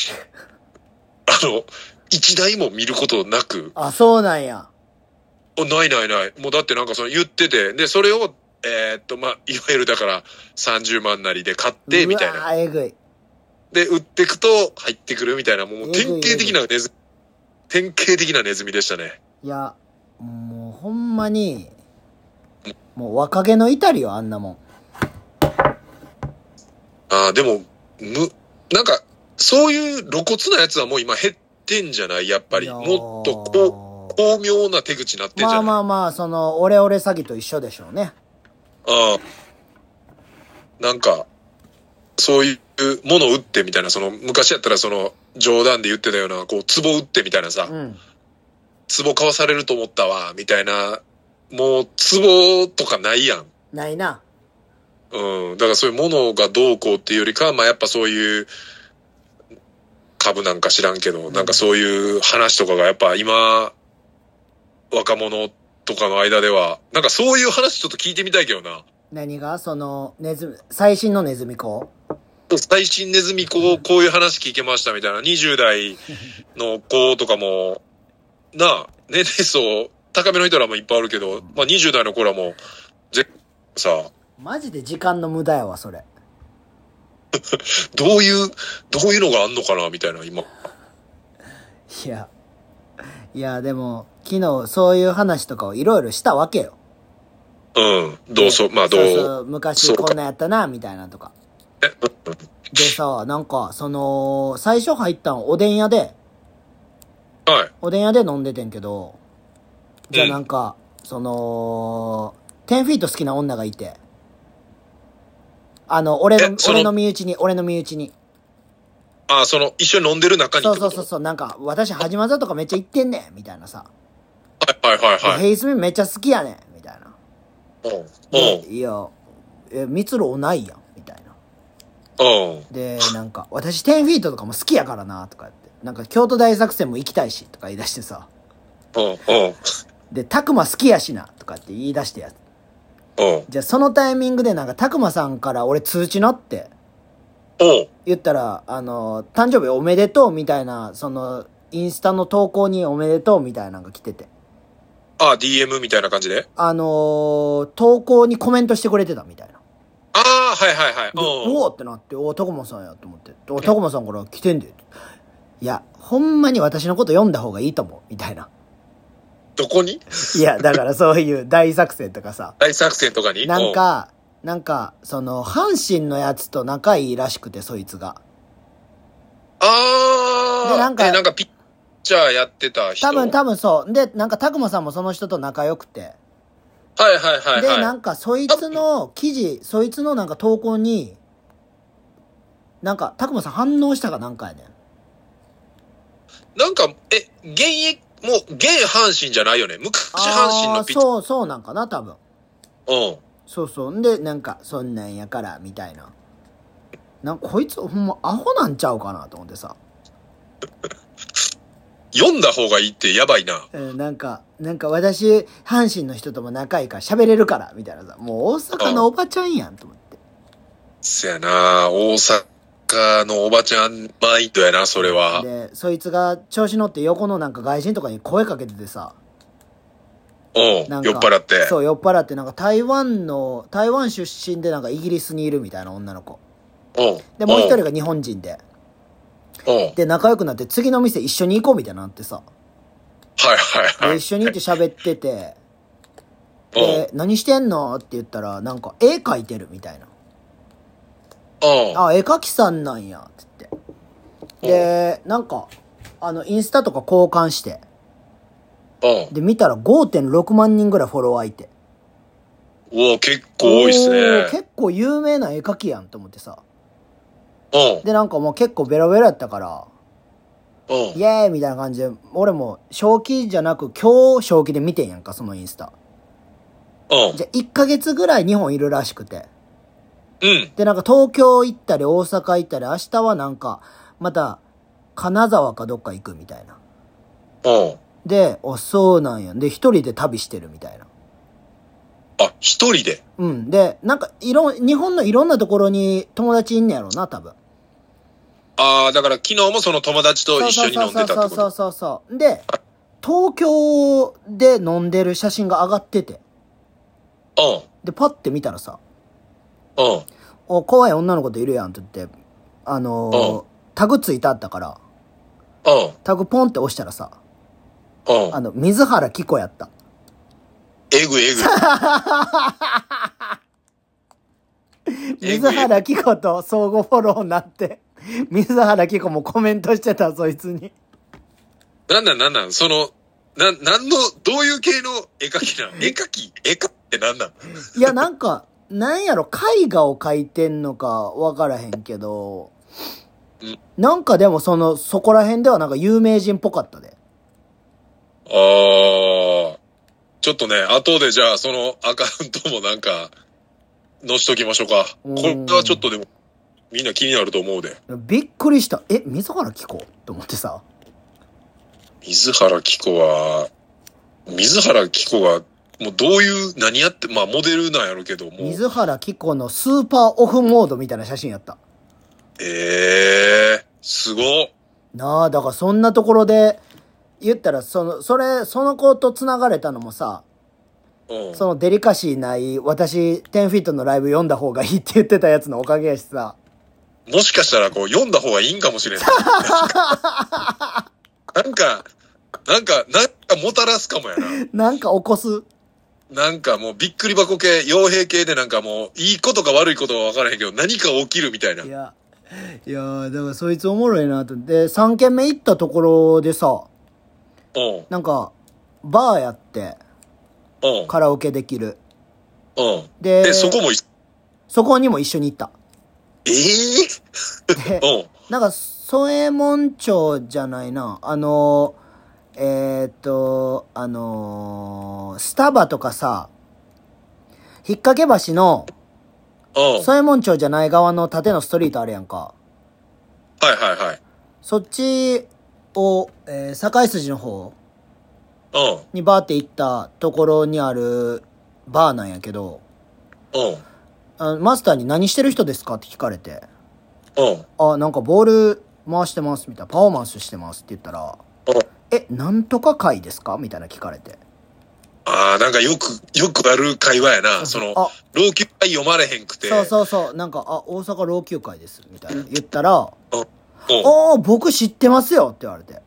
一台も見ることなく。 あ、そうなんや。 ない。もうだってなんか言ってて、で、それを、まあ、いわゆるだから30万なりで買って、みたいな。 えぐい。 で、売ってくと入ってくるみたいな、もう典型的なネズミでしたね。 いや、もうほんまに、もう若気の至りよ、あんなもん。 でも、なんか、そういう露骨なやつはもう今減ってんじゃない？やっぱり。もっと巧妙な手口になってんじゃない？ まあ、その、オレオレ詐欺と一緒でしょうね。 なんか、そういうものを売ってみたいな、昔やったら冗談で言ってたような、こう、壺売ってみたいなさ、壺買わされると思ったわ、みたいな、もう、壺とかないやん。 ないな。 だからそういうものがどうこうっていうよりかは、まあやっぱそういう、株なんか知らんけど、なんかそういう話とかがやっぱ今、若者とかの間では、なんかそういう話ちょっと聞いてみたいけどな。 何が最新のネズミ講？ 最新ネズミ講、こういう話聞けましたみたいな、20代の子とかも、年齢層高めの人らもいっぱいあるけど、まあ20代の子らも、さ。 マジで時間の無駄やわ、それ。 どういうのがあんのかなみたいな、今。 いや、でも、昨日そういう話とかをいろいろしたわけよ。 そう昔こんなやったな、みたいなとか。でさ、なんか、最初入ったんおでん屋で、おでん屋で飲んでてんけど、じゃあなんか、10フィート好きな女がいて、俺の身内に。 一緒に飲んでる中に。 そう、なんか、私、はじまざとかめっちゃ行ってんねん、みたいなさ。 はい。 ヘイスミめっちゃ好きやねん、みたいな。いや、蜜ろないやん、みたいな。で、なんか、私10フィートとかも好きやからな、とか言って。なんか、京都大作戦も行きたいし、とか言い出してさ。で、たくま好きやしな、とかって言い出してやつ。 じゃあそのタイミングでなんか、たくまさんから俺通知なって。言ったら、誕生日おめでとうみたいな、インスタの投稿におめでとうみたいなのが来てて。 DM みたいな感じで投稿にコメントしてくれてたみたいな。 はいはいはい。 おーってなって、たくまさんやと思って。たくまさんから来てんで。いや、ほんまに私のこと読んだ方がいいと思う。みたいな。 どこにいや、だからそういう大作戦とかさ。 大作戦とかになんか、阪神のやつと仲いいらしくて、そいつが。 で、なんかピッチャーやってた人。 多分そう。で、なんか、たくまさんもその人と仲良くて。 はいはいはいはい。 で、なんか、そいつの記事、そいつのなんか投稿に、なんか、たくまさん反応したかなんかやねん。 なんか、現役、もう、現阪神じゃないよね。昔阪神のピッチャー。 そうなんかな、多分。そうそう。んで、なんか、そんなんやから、みたいな。こいつ、ほんま、アホなんちゃうかな、と思ってさ。 読んだ方がいいってやばいな。 なんか私、阪神の人とも仲いいから喋れるから、みたいなさ。もう大阪のおばちゃんやん、と思って。 そやな、大阪のおばちゃんマインドやな、それは。 で、そいつが調子乗って横のなんか外人とかに声かけててさ。 酔っ払って。 そう、酔っ払って、なんか台湾出身でなんかイギリスにいるみたいな女の子。で、もう一人が日本人で。で、仲良くなって次の店一緒に行こうみたいになってさ。 はいはいはい。 で、一緒に行って喋ってて。で、何してんのって言ったら、なんか絵描いてるみたいな。絵描きさんなんや、つって。で、なんか、インスタとか交換して。で、見たら 5.6 万人ぐらいフォロワーいて。 結構多いっすね。 結構有名な絵描きやんと思ってさ。で、なんかもう結構ベロベロやったから、イエーイみたいな感じで、俺も正気じゃなく今日正気で見てんやんか、そのインスタ。じゃあ1ヶ月ぐらい日本いるらしくて。で、なんか東京行ったり大阪行ったり、明日はなんか、また、金沢かどっか行くみたいな。で、そうなんや。で、一人で旅してるみたいな。 一人でで、なんか、日本のいろんなところに友達いんねやろな、多分。 だから昨日もその友達と一緒に飲んでたってこと？ そう。で、東京で飲んでる写真が上がってて。で、パッて見たらさ、怖い女の子といるやんって言って、タグついてあったから、タグポンって押したらさ、水原希子やった。 えぐい。 水原希子と相互フォローになって、水原希子もコメントしてた、そいつに。 なんなんどういう系の絵描きなの？絵描ってなんなん？ いや、なんか、なんやろ、絵画を描いてんのかわからへんけど、なんかでもそこら辺ではなんか有名人っぽかったで。 ちょっとね、後でじゃあそのアカウントもなんか、載しときましょうか。これはちょっとでも、みんな気になると思うで。 びっくりした。水原希子と思ってさ。 水原希子が、もうどういう、何やって、モデルなんやろうけども。 水原希子のスーパーオフモードみたいな写真やった。 すごっ。 なあ、だからそんなところで、言ったら、その子と繋がれたのもさ、そのデリカシーない私10フィートのライブ読んだ方がいいって言ってたやつのおかげやしさ、 もしかしたら読んだ方がいいんかもしれない。なんかもたらすかもやな。 なんか起こす。 なんかもうびっくり箱系、傭兵系でなんかもういいことか悪いことか分からへんけど何か起きるみたいな。 いやだからそいつおもろいなと。で、3軒目行ったところでさ、なんかバーやって、カラオケできる。で、そこにも一緒に行った。で、なんか、添右衛門町じゃないな。スタバとかさ、引っ掛け橋の、添右衛門町じゃない側の縦のストリートあるやんか。そっちを、堺筋の方にバーって行ったところにあるバーなんやけど、 マスターに何してる人ですかって聞かれて、なんかボール回してますみたいな、パフォーマンスしてますって言ったら、なんとか会ですかみたいな聞かれて。 なんかよくある会話やな。老朽会読まれへんくて。 そう。なんか、大阪老朽会です。みたいな言ったら、僕知ってますよって言われて。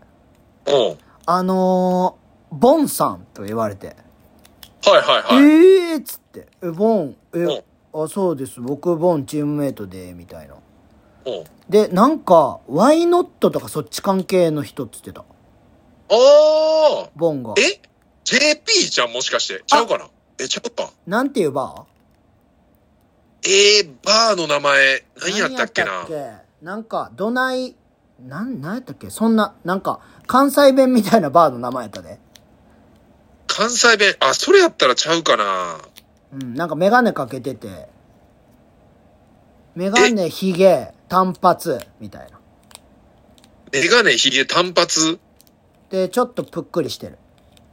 ボンさんと言われて。つって。ボン、そうです。僕、ボンチームメイトで、みたいな。で、なんか、ワイノットとかそっち関係の人っつってた。ボンが。 JP じゃん、もしかして。ちゃうかな？ちゃうか。 なんていうバー？バーの名前、何やったっけな？ なんか、なんやったっけ？そんな、なんか、関西弁みたいなバーの名前やったで。 関西弁、それやったらちゃうかな？ なんかメガネかけてて、メガネ、ヒゲ、短髪、みたいな。 メガネ、ヒゲ、短髪？ で、ちょっとぷっくりしてる。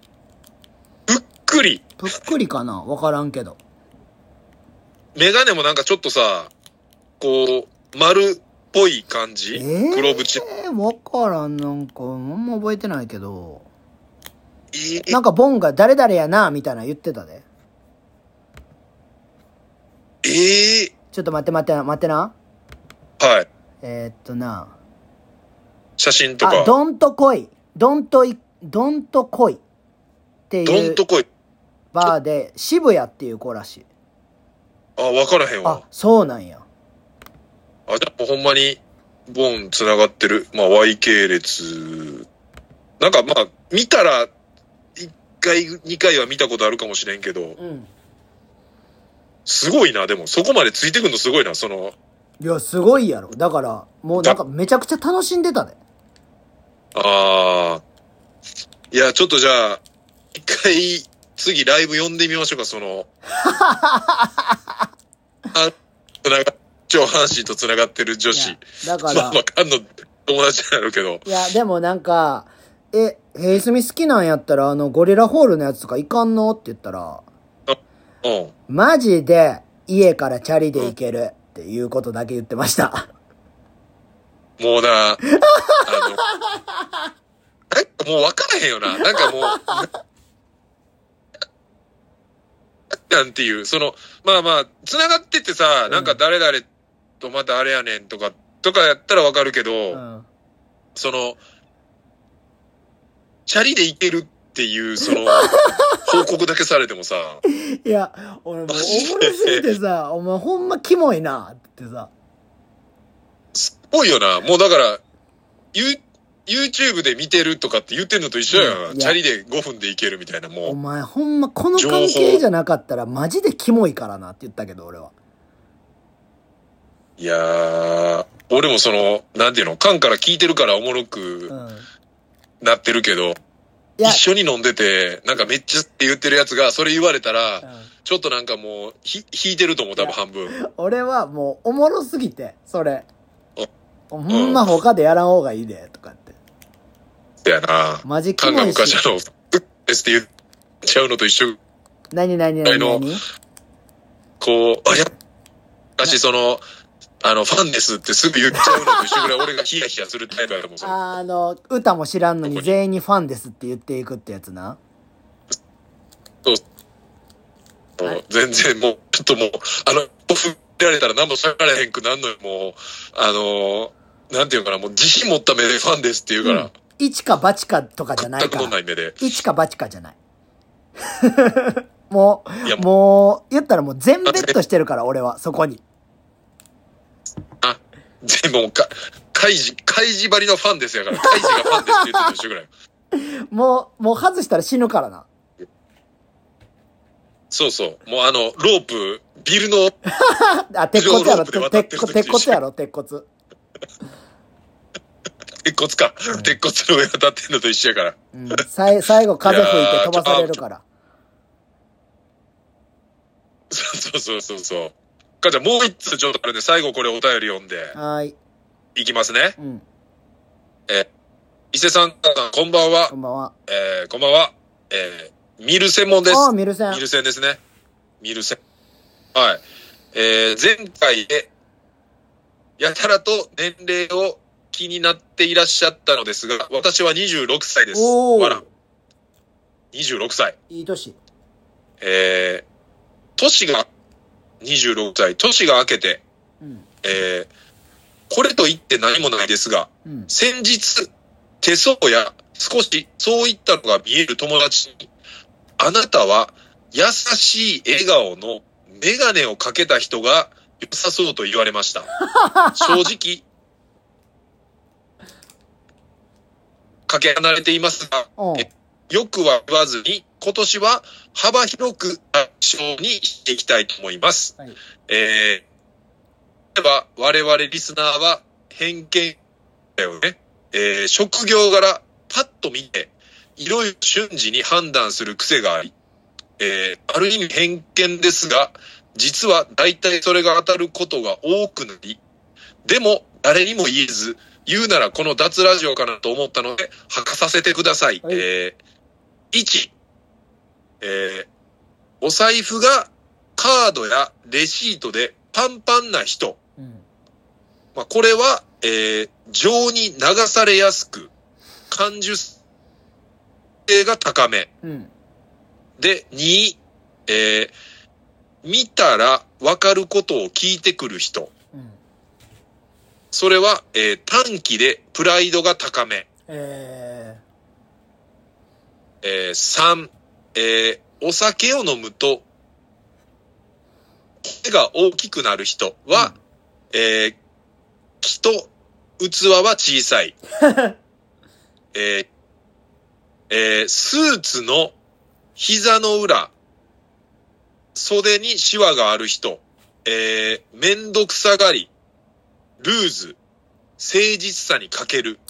ぷっくりかな？わからんけど。 メガネもなんかちょっとさ、こう、丸っぽい感じ？黒縁。 わからん。なんか、あんま覚えてないけど。なんかボンが誰々やな、みたいな言ってたで。ちょっと待ってな。 はい。写真とか。 どんと来いっていう。 どんと来い。 バーで、渋谷っていう子らしい。 わからへんわ。 そうなんや。 じゃあほんまに、ボン繋がってる。Y 系列。なんか見たら、1回、2回は見たことあるかもしれんけど。すごいな、でも、そこまでついてくんのすごいな、 いや、すごいやろ。だから、もうなんかめちゃくちゃ楽しんでたで。 いや、ちょっとじゃあ、一回、次ライブ呼んでみましょうか、上半身と繋がってる女子。 だから。 かんの友達になるけど。 いや、でもなんか、ヘイスミ好きなんやったら、ゴリラホールのやつとかいかんのって言ったら、マジで家からチャリで行けるっていうことだけ言ってました。 もうな、もう分からへんよな。なんかもう、なんていう、繋がっててさ、なんか誰々とまたあれやねんとかやったら分かるけど、チャリで行けるっていう、報告だけされてもさ。 いや、俺もうおもろすぎてさ、お前ほんまキモいなってさ。 すごいよな。もうだから、YouTube で見てるとかって言ってんのと一緒やん。チャリで5分で行けるみたいな、もう。 お前ほんまこの関係じゃなかったらマジでキモいからなって言ったけど、俺は。 いやー、俺もなんていうの、缶から聞いてるからおもろくなってるけど、一緒に飲んでて、なんかめっちゃって言ってるやつが、それ言われたら、ちょっとなんかもう、引いてると思う、多分半分。 俺はもうおもろすぎて、それ。ほんま他でやらん方がいいで、とかって。 やな。 マジキモいし。 昔ですって言っちゃうのと一緒。 何こう、昔ファンですってすぐ言っちゃうのと一緒ぐらい俺がヒヤヒヤするタイプだと思う。 歌も知らんのに全員にファンですって言っていくってやつな。 そう。全然もう、ちょっともう、振られたら何もしゃらへんくなんのよ、もう、なんていうかな、もう自信持った目でファンですって言うから。 一か八かとかじゃないから。 全くない目で。 一か八かじゃない。もう、言ったらもう全ベッドしてるから、俺は、そこに。 全部もうカイジばりのファンですやから、カイジがファンですって言ってる一緒ぐらい。 もう外したら死ぬからな。 そうそう。もうロープ、ビルの、 鉄骨やろ、鉄骨やろ、鉄骨。 鉄骨か。鉄骨の上渡ってんのと一緒やから。 最後風吹いて飛ばされるから。 そう。じゃあもう一つちょっとあれで最後これお便り読んで。 はい。 いきますね。伊勢さん、こんばんは。 こんばんは。 こんばんは。ミルセモンです。 ミルセン。 ミルセンですね。ミルセン。 はい。前回で、やたらと年齢を気になっていらっしゃったのですが、私は26歳です。わら。26歳。 いい年。 年が26歳、年が明けて、 うん、 これと言って何もないですが、うん、先日、手相や少しそういったのが見える友達に、あなたは優しい笑顔のメガネをかけた人が良さそうと言われました。正直、かけ離れていますが、よくは言わずに、今年は幅広く対象にしていきたいと思います。はい、例えば、我々リスナーは偏見だよね。職業柄、パッと見て、いろいろ瞬時に判断する癖があり、ある意味偏見ですが、実は大体それが当たることが多くなり、でも誰にも言えず、言うならこの脱ラジオかなと思ったので、吐かさせてください。はい、1、お財布がカードやレシートでパンパンな人。うん、まあ、これは、情に流されやすく、感受性が高め。うん、で、2、見たら分かることを聞いてくる人。うん、それは、短気でプライドが高め。3、お酒を飲むと声が大きくなる人は、気と器は小さい。スーツの膝の裏、袖にシワがある人、めんどくさがり、ルーズ、誠実さに欠ける。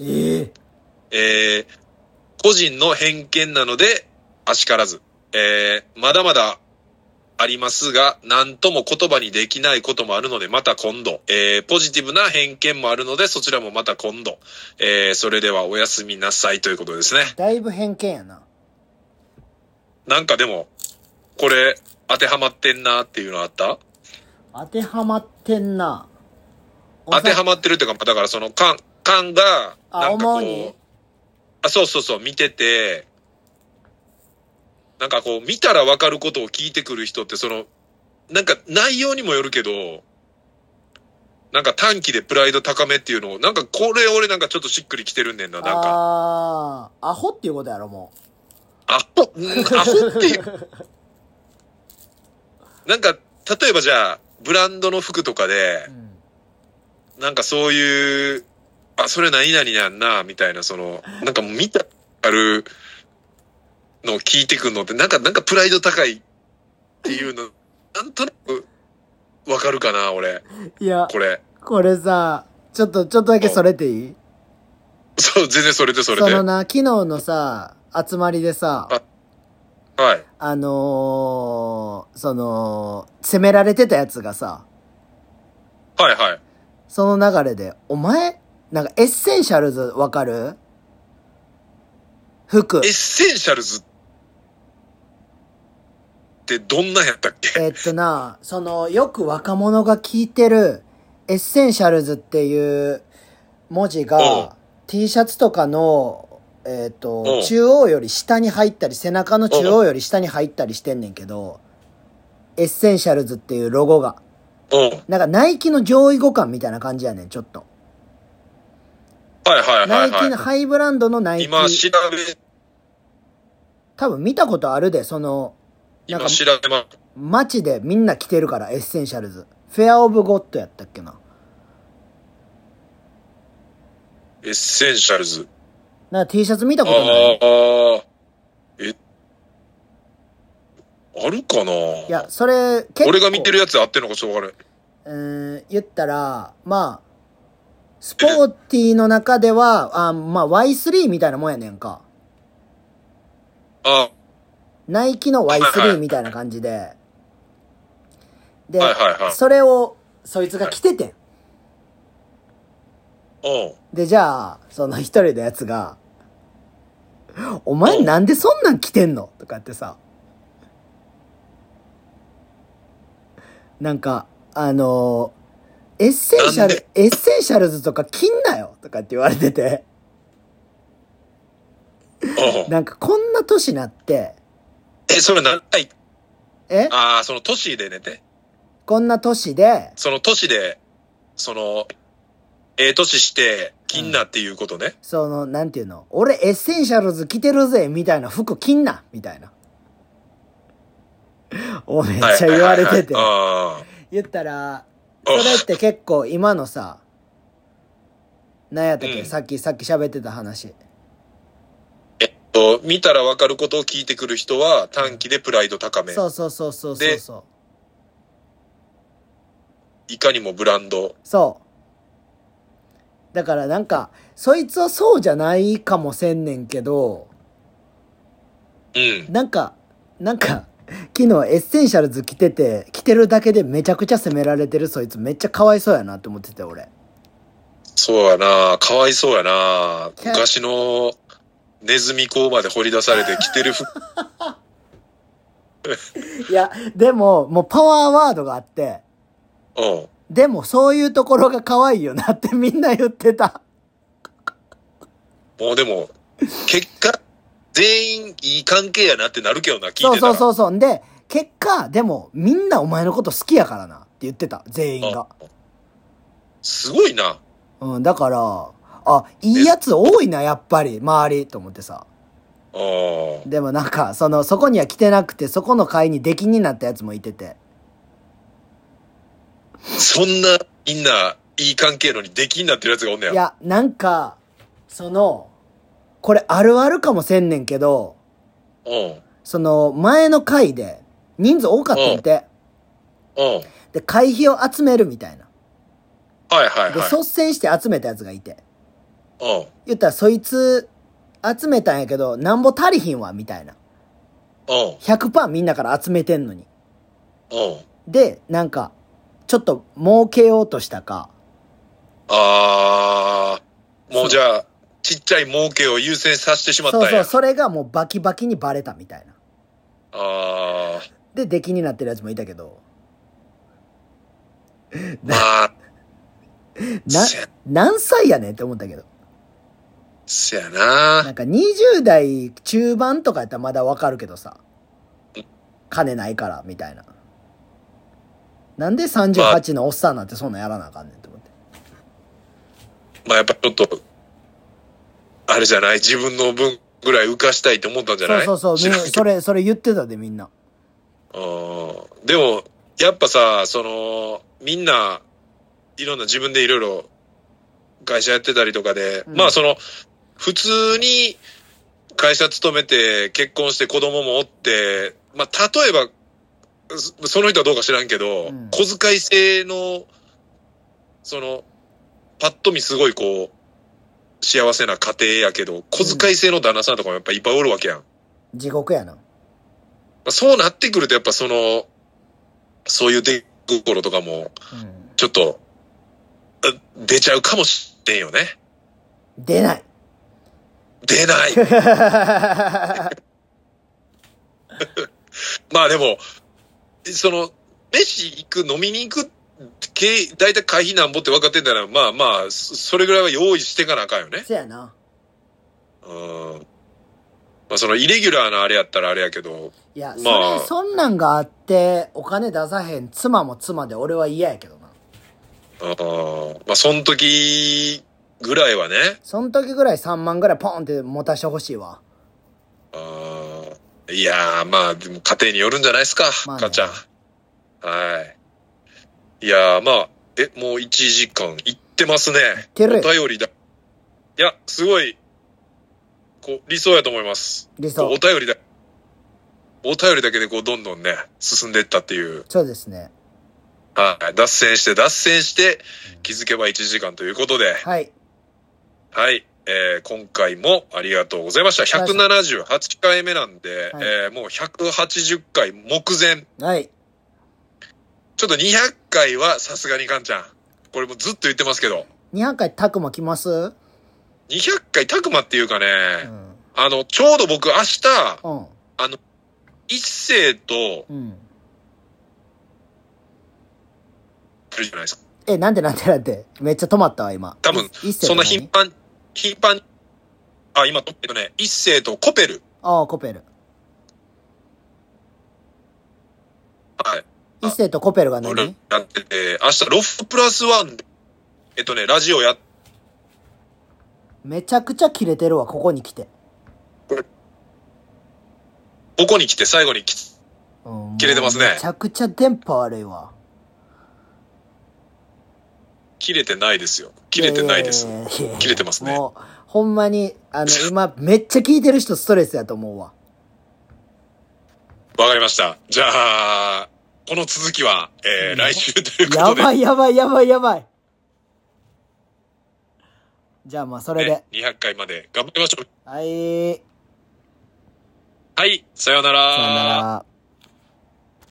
個人の偏見なので、あしからず。まだまだありますが、何とも言葉にできないこともあるので、また今度。ポジティブな偏見もあるので、そちらもまた今度。それではおやすみなさいということですね。 だいぶ偏見やな。 なんかでも、これ、当てはまってんなっていうのあった？ 当てはまってんな。 当てはまってるっていうか、だからその、が、なんかこう、そうそうそう、見てて、なんかこう、見たら分かることを聞いてくる人って、その、なんか内容にもよるけど、なんか短期でプライド高めっていうのを、なんかこれ俺なんかちょっとしっくりきてるんねんな、なんか。 アホっていうことやろ、もう。 アホっていう。なんか、例えばじゃあ、ブランドの服とかで、なんかそういう、それ何々やんな、みたいな、その、なんか見たあるのを聞いてくるのって、なんかプライド高いっていうの、なんとなく、わかるかな、俺。 いや、これさ、ちょっとだけそれていい？ そう、全然それで。 そのな、昨日のさ、集まりでさ、 はい。 その、責められてたやつがさ、 はいはい。 その流れで、お前、なんかエッセンシャルズわかる？服。 エッセンシャルズってどんなやったっけ？ その、よく若者が聞いてる、エッセンシャルズっていう文字が、T シャツとかの、中央より下に入ったり、背中の中央より下に入ったりしてんねんけど、エッセンシャルズっていうロゴが。なんかナイキの上位互換みたいな感じやねん、ちょっと。 はい。 ナイキのハイブランドのナイキ。 今調べ。 多分見たことあるで、その、 なんか調べま。 街でみんな着てるから、エッセンシャルズ。フェアオブゴッドやったっけな。 エッセンシャルズ。 なんか T シャツ見たことない？ あるかな？ いや、それ結構。俺が見てるやつあってんのかしょうがない。 言ったら、まあ、スポーティーの中では、まあ Y3 みたいなもんやねんか。ナイキの Y3 みたいな感じで。で、それを、そいつが着ててん。で、じゃあ、その一人のやつが、お前なんでそんなん着てんのとかってさ。 なんか、エッセンシャルズとか切んなよとかって言われてて。なんかこんな年なって。 それ何回その年で寝て。 こんな年で。 その年で、年して切んなっていうことね。 なんていうの、俺エッセンシャルズ着てるぜみたいな服着んなみたいな。めっちゃ言われてて。言ったら、それって結構今のさ、何やったっけ、さっき喋ってた話。 見たら分かることを聞いてくる人は短期でプライド高め。 そう。で、 いかにもブランド。 そう。だからなんか、そいつはそうじゃないかもせんねんけど、なんか、昨日エッセンシャルズ着てるだけでめちゃくちゃ責められてるそいつめっちゃかわいそうやなって思ってて、俺。 そうやな、かわいそうやな。昔のネズミ講まで掘り出されて着てる服。 いや、でも、もうパワーワードがあって、でもそういうところが可愛いよなってみんな言ってた。 もうでも、結果、全員いい関係やなってなるけどな、聞いてたら。 そう。で、結果、でもみんなお前のこと好きやからなって言ってた、全員が。 すごいな。 だから、いいやつ多いな、やっぱり、周り、と思ってさ。でもなんか、そこには来てなくて、そこの会に出禁になったやつもいてて。 そんな、みんな、いい関係のに出禁になってるやつがおんねや。 いや、なんか、これあるあるかもせんねんけど、前の会で、人数多かったんて。で、会費を集めるみたいな。で、率先して集めたやつがいて。言ったら、そいつ、集めたんやけど、なんぼ足りひんわ、みたいな。100% みんなから集めてんのに。で、なんか、ちょっと儲けようとしたか。 もうじゃあ、ちっちゃい儲けを優先させてしまったんや。 そう、それがもうバキバキにバレたみたいな。で、出来になってるやつもいたけど。何歳やねんって思ったけど。 せやな。 なんか20代中盤とかやったらまだわかるけどさ。金ないから、みたいな。なんで38のおっさんなんてそんなんやらなあかんねんって思って。 やっぱちょっと、あれじゃない、自分の分ぐらい浮かしたいって思ったんじゃない？ そう、それ言ってたでみんな。 でも、やっぱさ、みんな、いろんな自分でいろいろ会社やってたりとかで、普通に会社勤めて結婚して子供もおって、例えば、その人はどうか知らんけど、小遣い制の、パッと見すごいこう、幸せな家庭やけど、小遣い制の旦那さんとかもやっぱいっぱいおるわけやん。 地獄やな。 そうなってくるとやっぱそういう出心とかも、ちょっと、出ちゃうかもしれんよね。 出ない。 でも、飯行く、飲みに行く、だいたい会費なんぼって分かってんだら、それぐらいは用意していかなあかんよね。 そうやな。 イレギュラーなあれやったらあれやけど。 いや、そんなんがあって、お金出さへん妻も妻で俺は嫌やけどな。 そん時ぐらいはね。 そん時ぐらい3万ぐらいポンって持たしてほしいわ。 いやー、でも家庭によるんじゃないですか、母ちゃん。はい。いやー、もう1時間いってますね。お便りだ。いや、すごい、理想やと思います。 理想。 お便りだけでどんどんね、進んでいったっていう。 そうですね。 はい。脱線して、気づけば1時間ということで。 はい。 はい。今回もありがとうございました。178回目なんで、もう180回目前。 はい。 ちょっと200回はさすがにかんちゃん。これもずっと言ってますけど。 200回タクマ来ます？ 200 回タクマっていうかね、ちょうど僕明日、一星と、 ってるじゃないですか。 なんでめっちゃ止まったわ、今。 多分、そんな頻繁に、今、一世とコペル。 コペル。 はい。 一世とコペルが何？ やってて、明日、ロフプラスワンで、ラジオめちゃくちゃ切れてるわ、ここに来て。 ここに来て、最後に切れてますね。 めちゃくちゃ電波悪いわ。 切れてないですよ。切れてないです。切れてますね。 もう、ほんまに、今、めっちゃ聞いてる人ストレスやと思うわ。 わかりました。じゃあ、この続きは、来週ということで。 やばい。じゃあまあ、それで。 200回まで頑張りましょう。 はい。 はい、さようなら。 さようなら。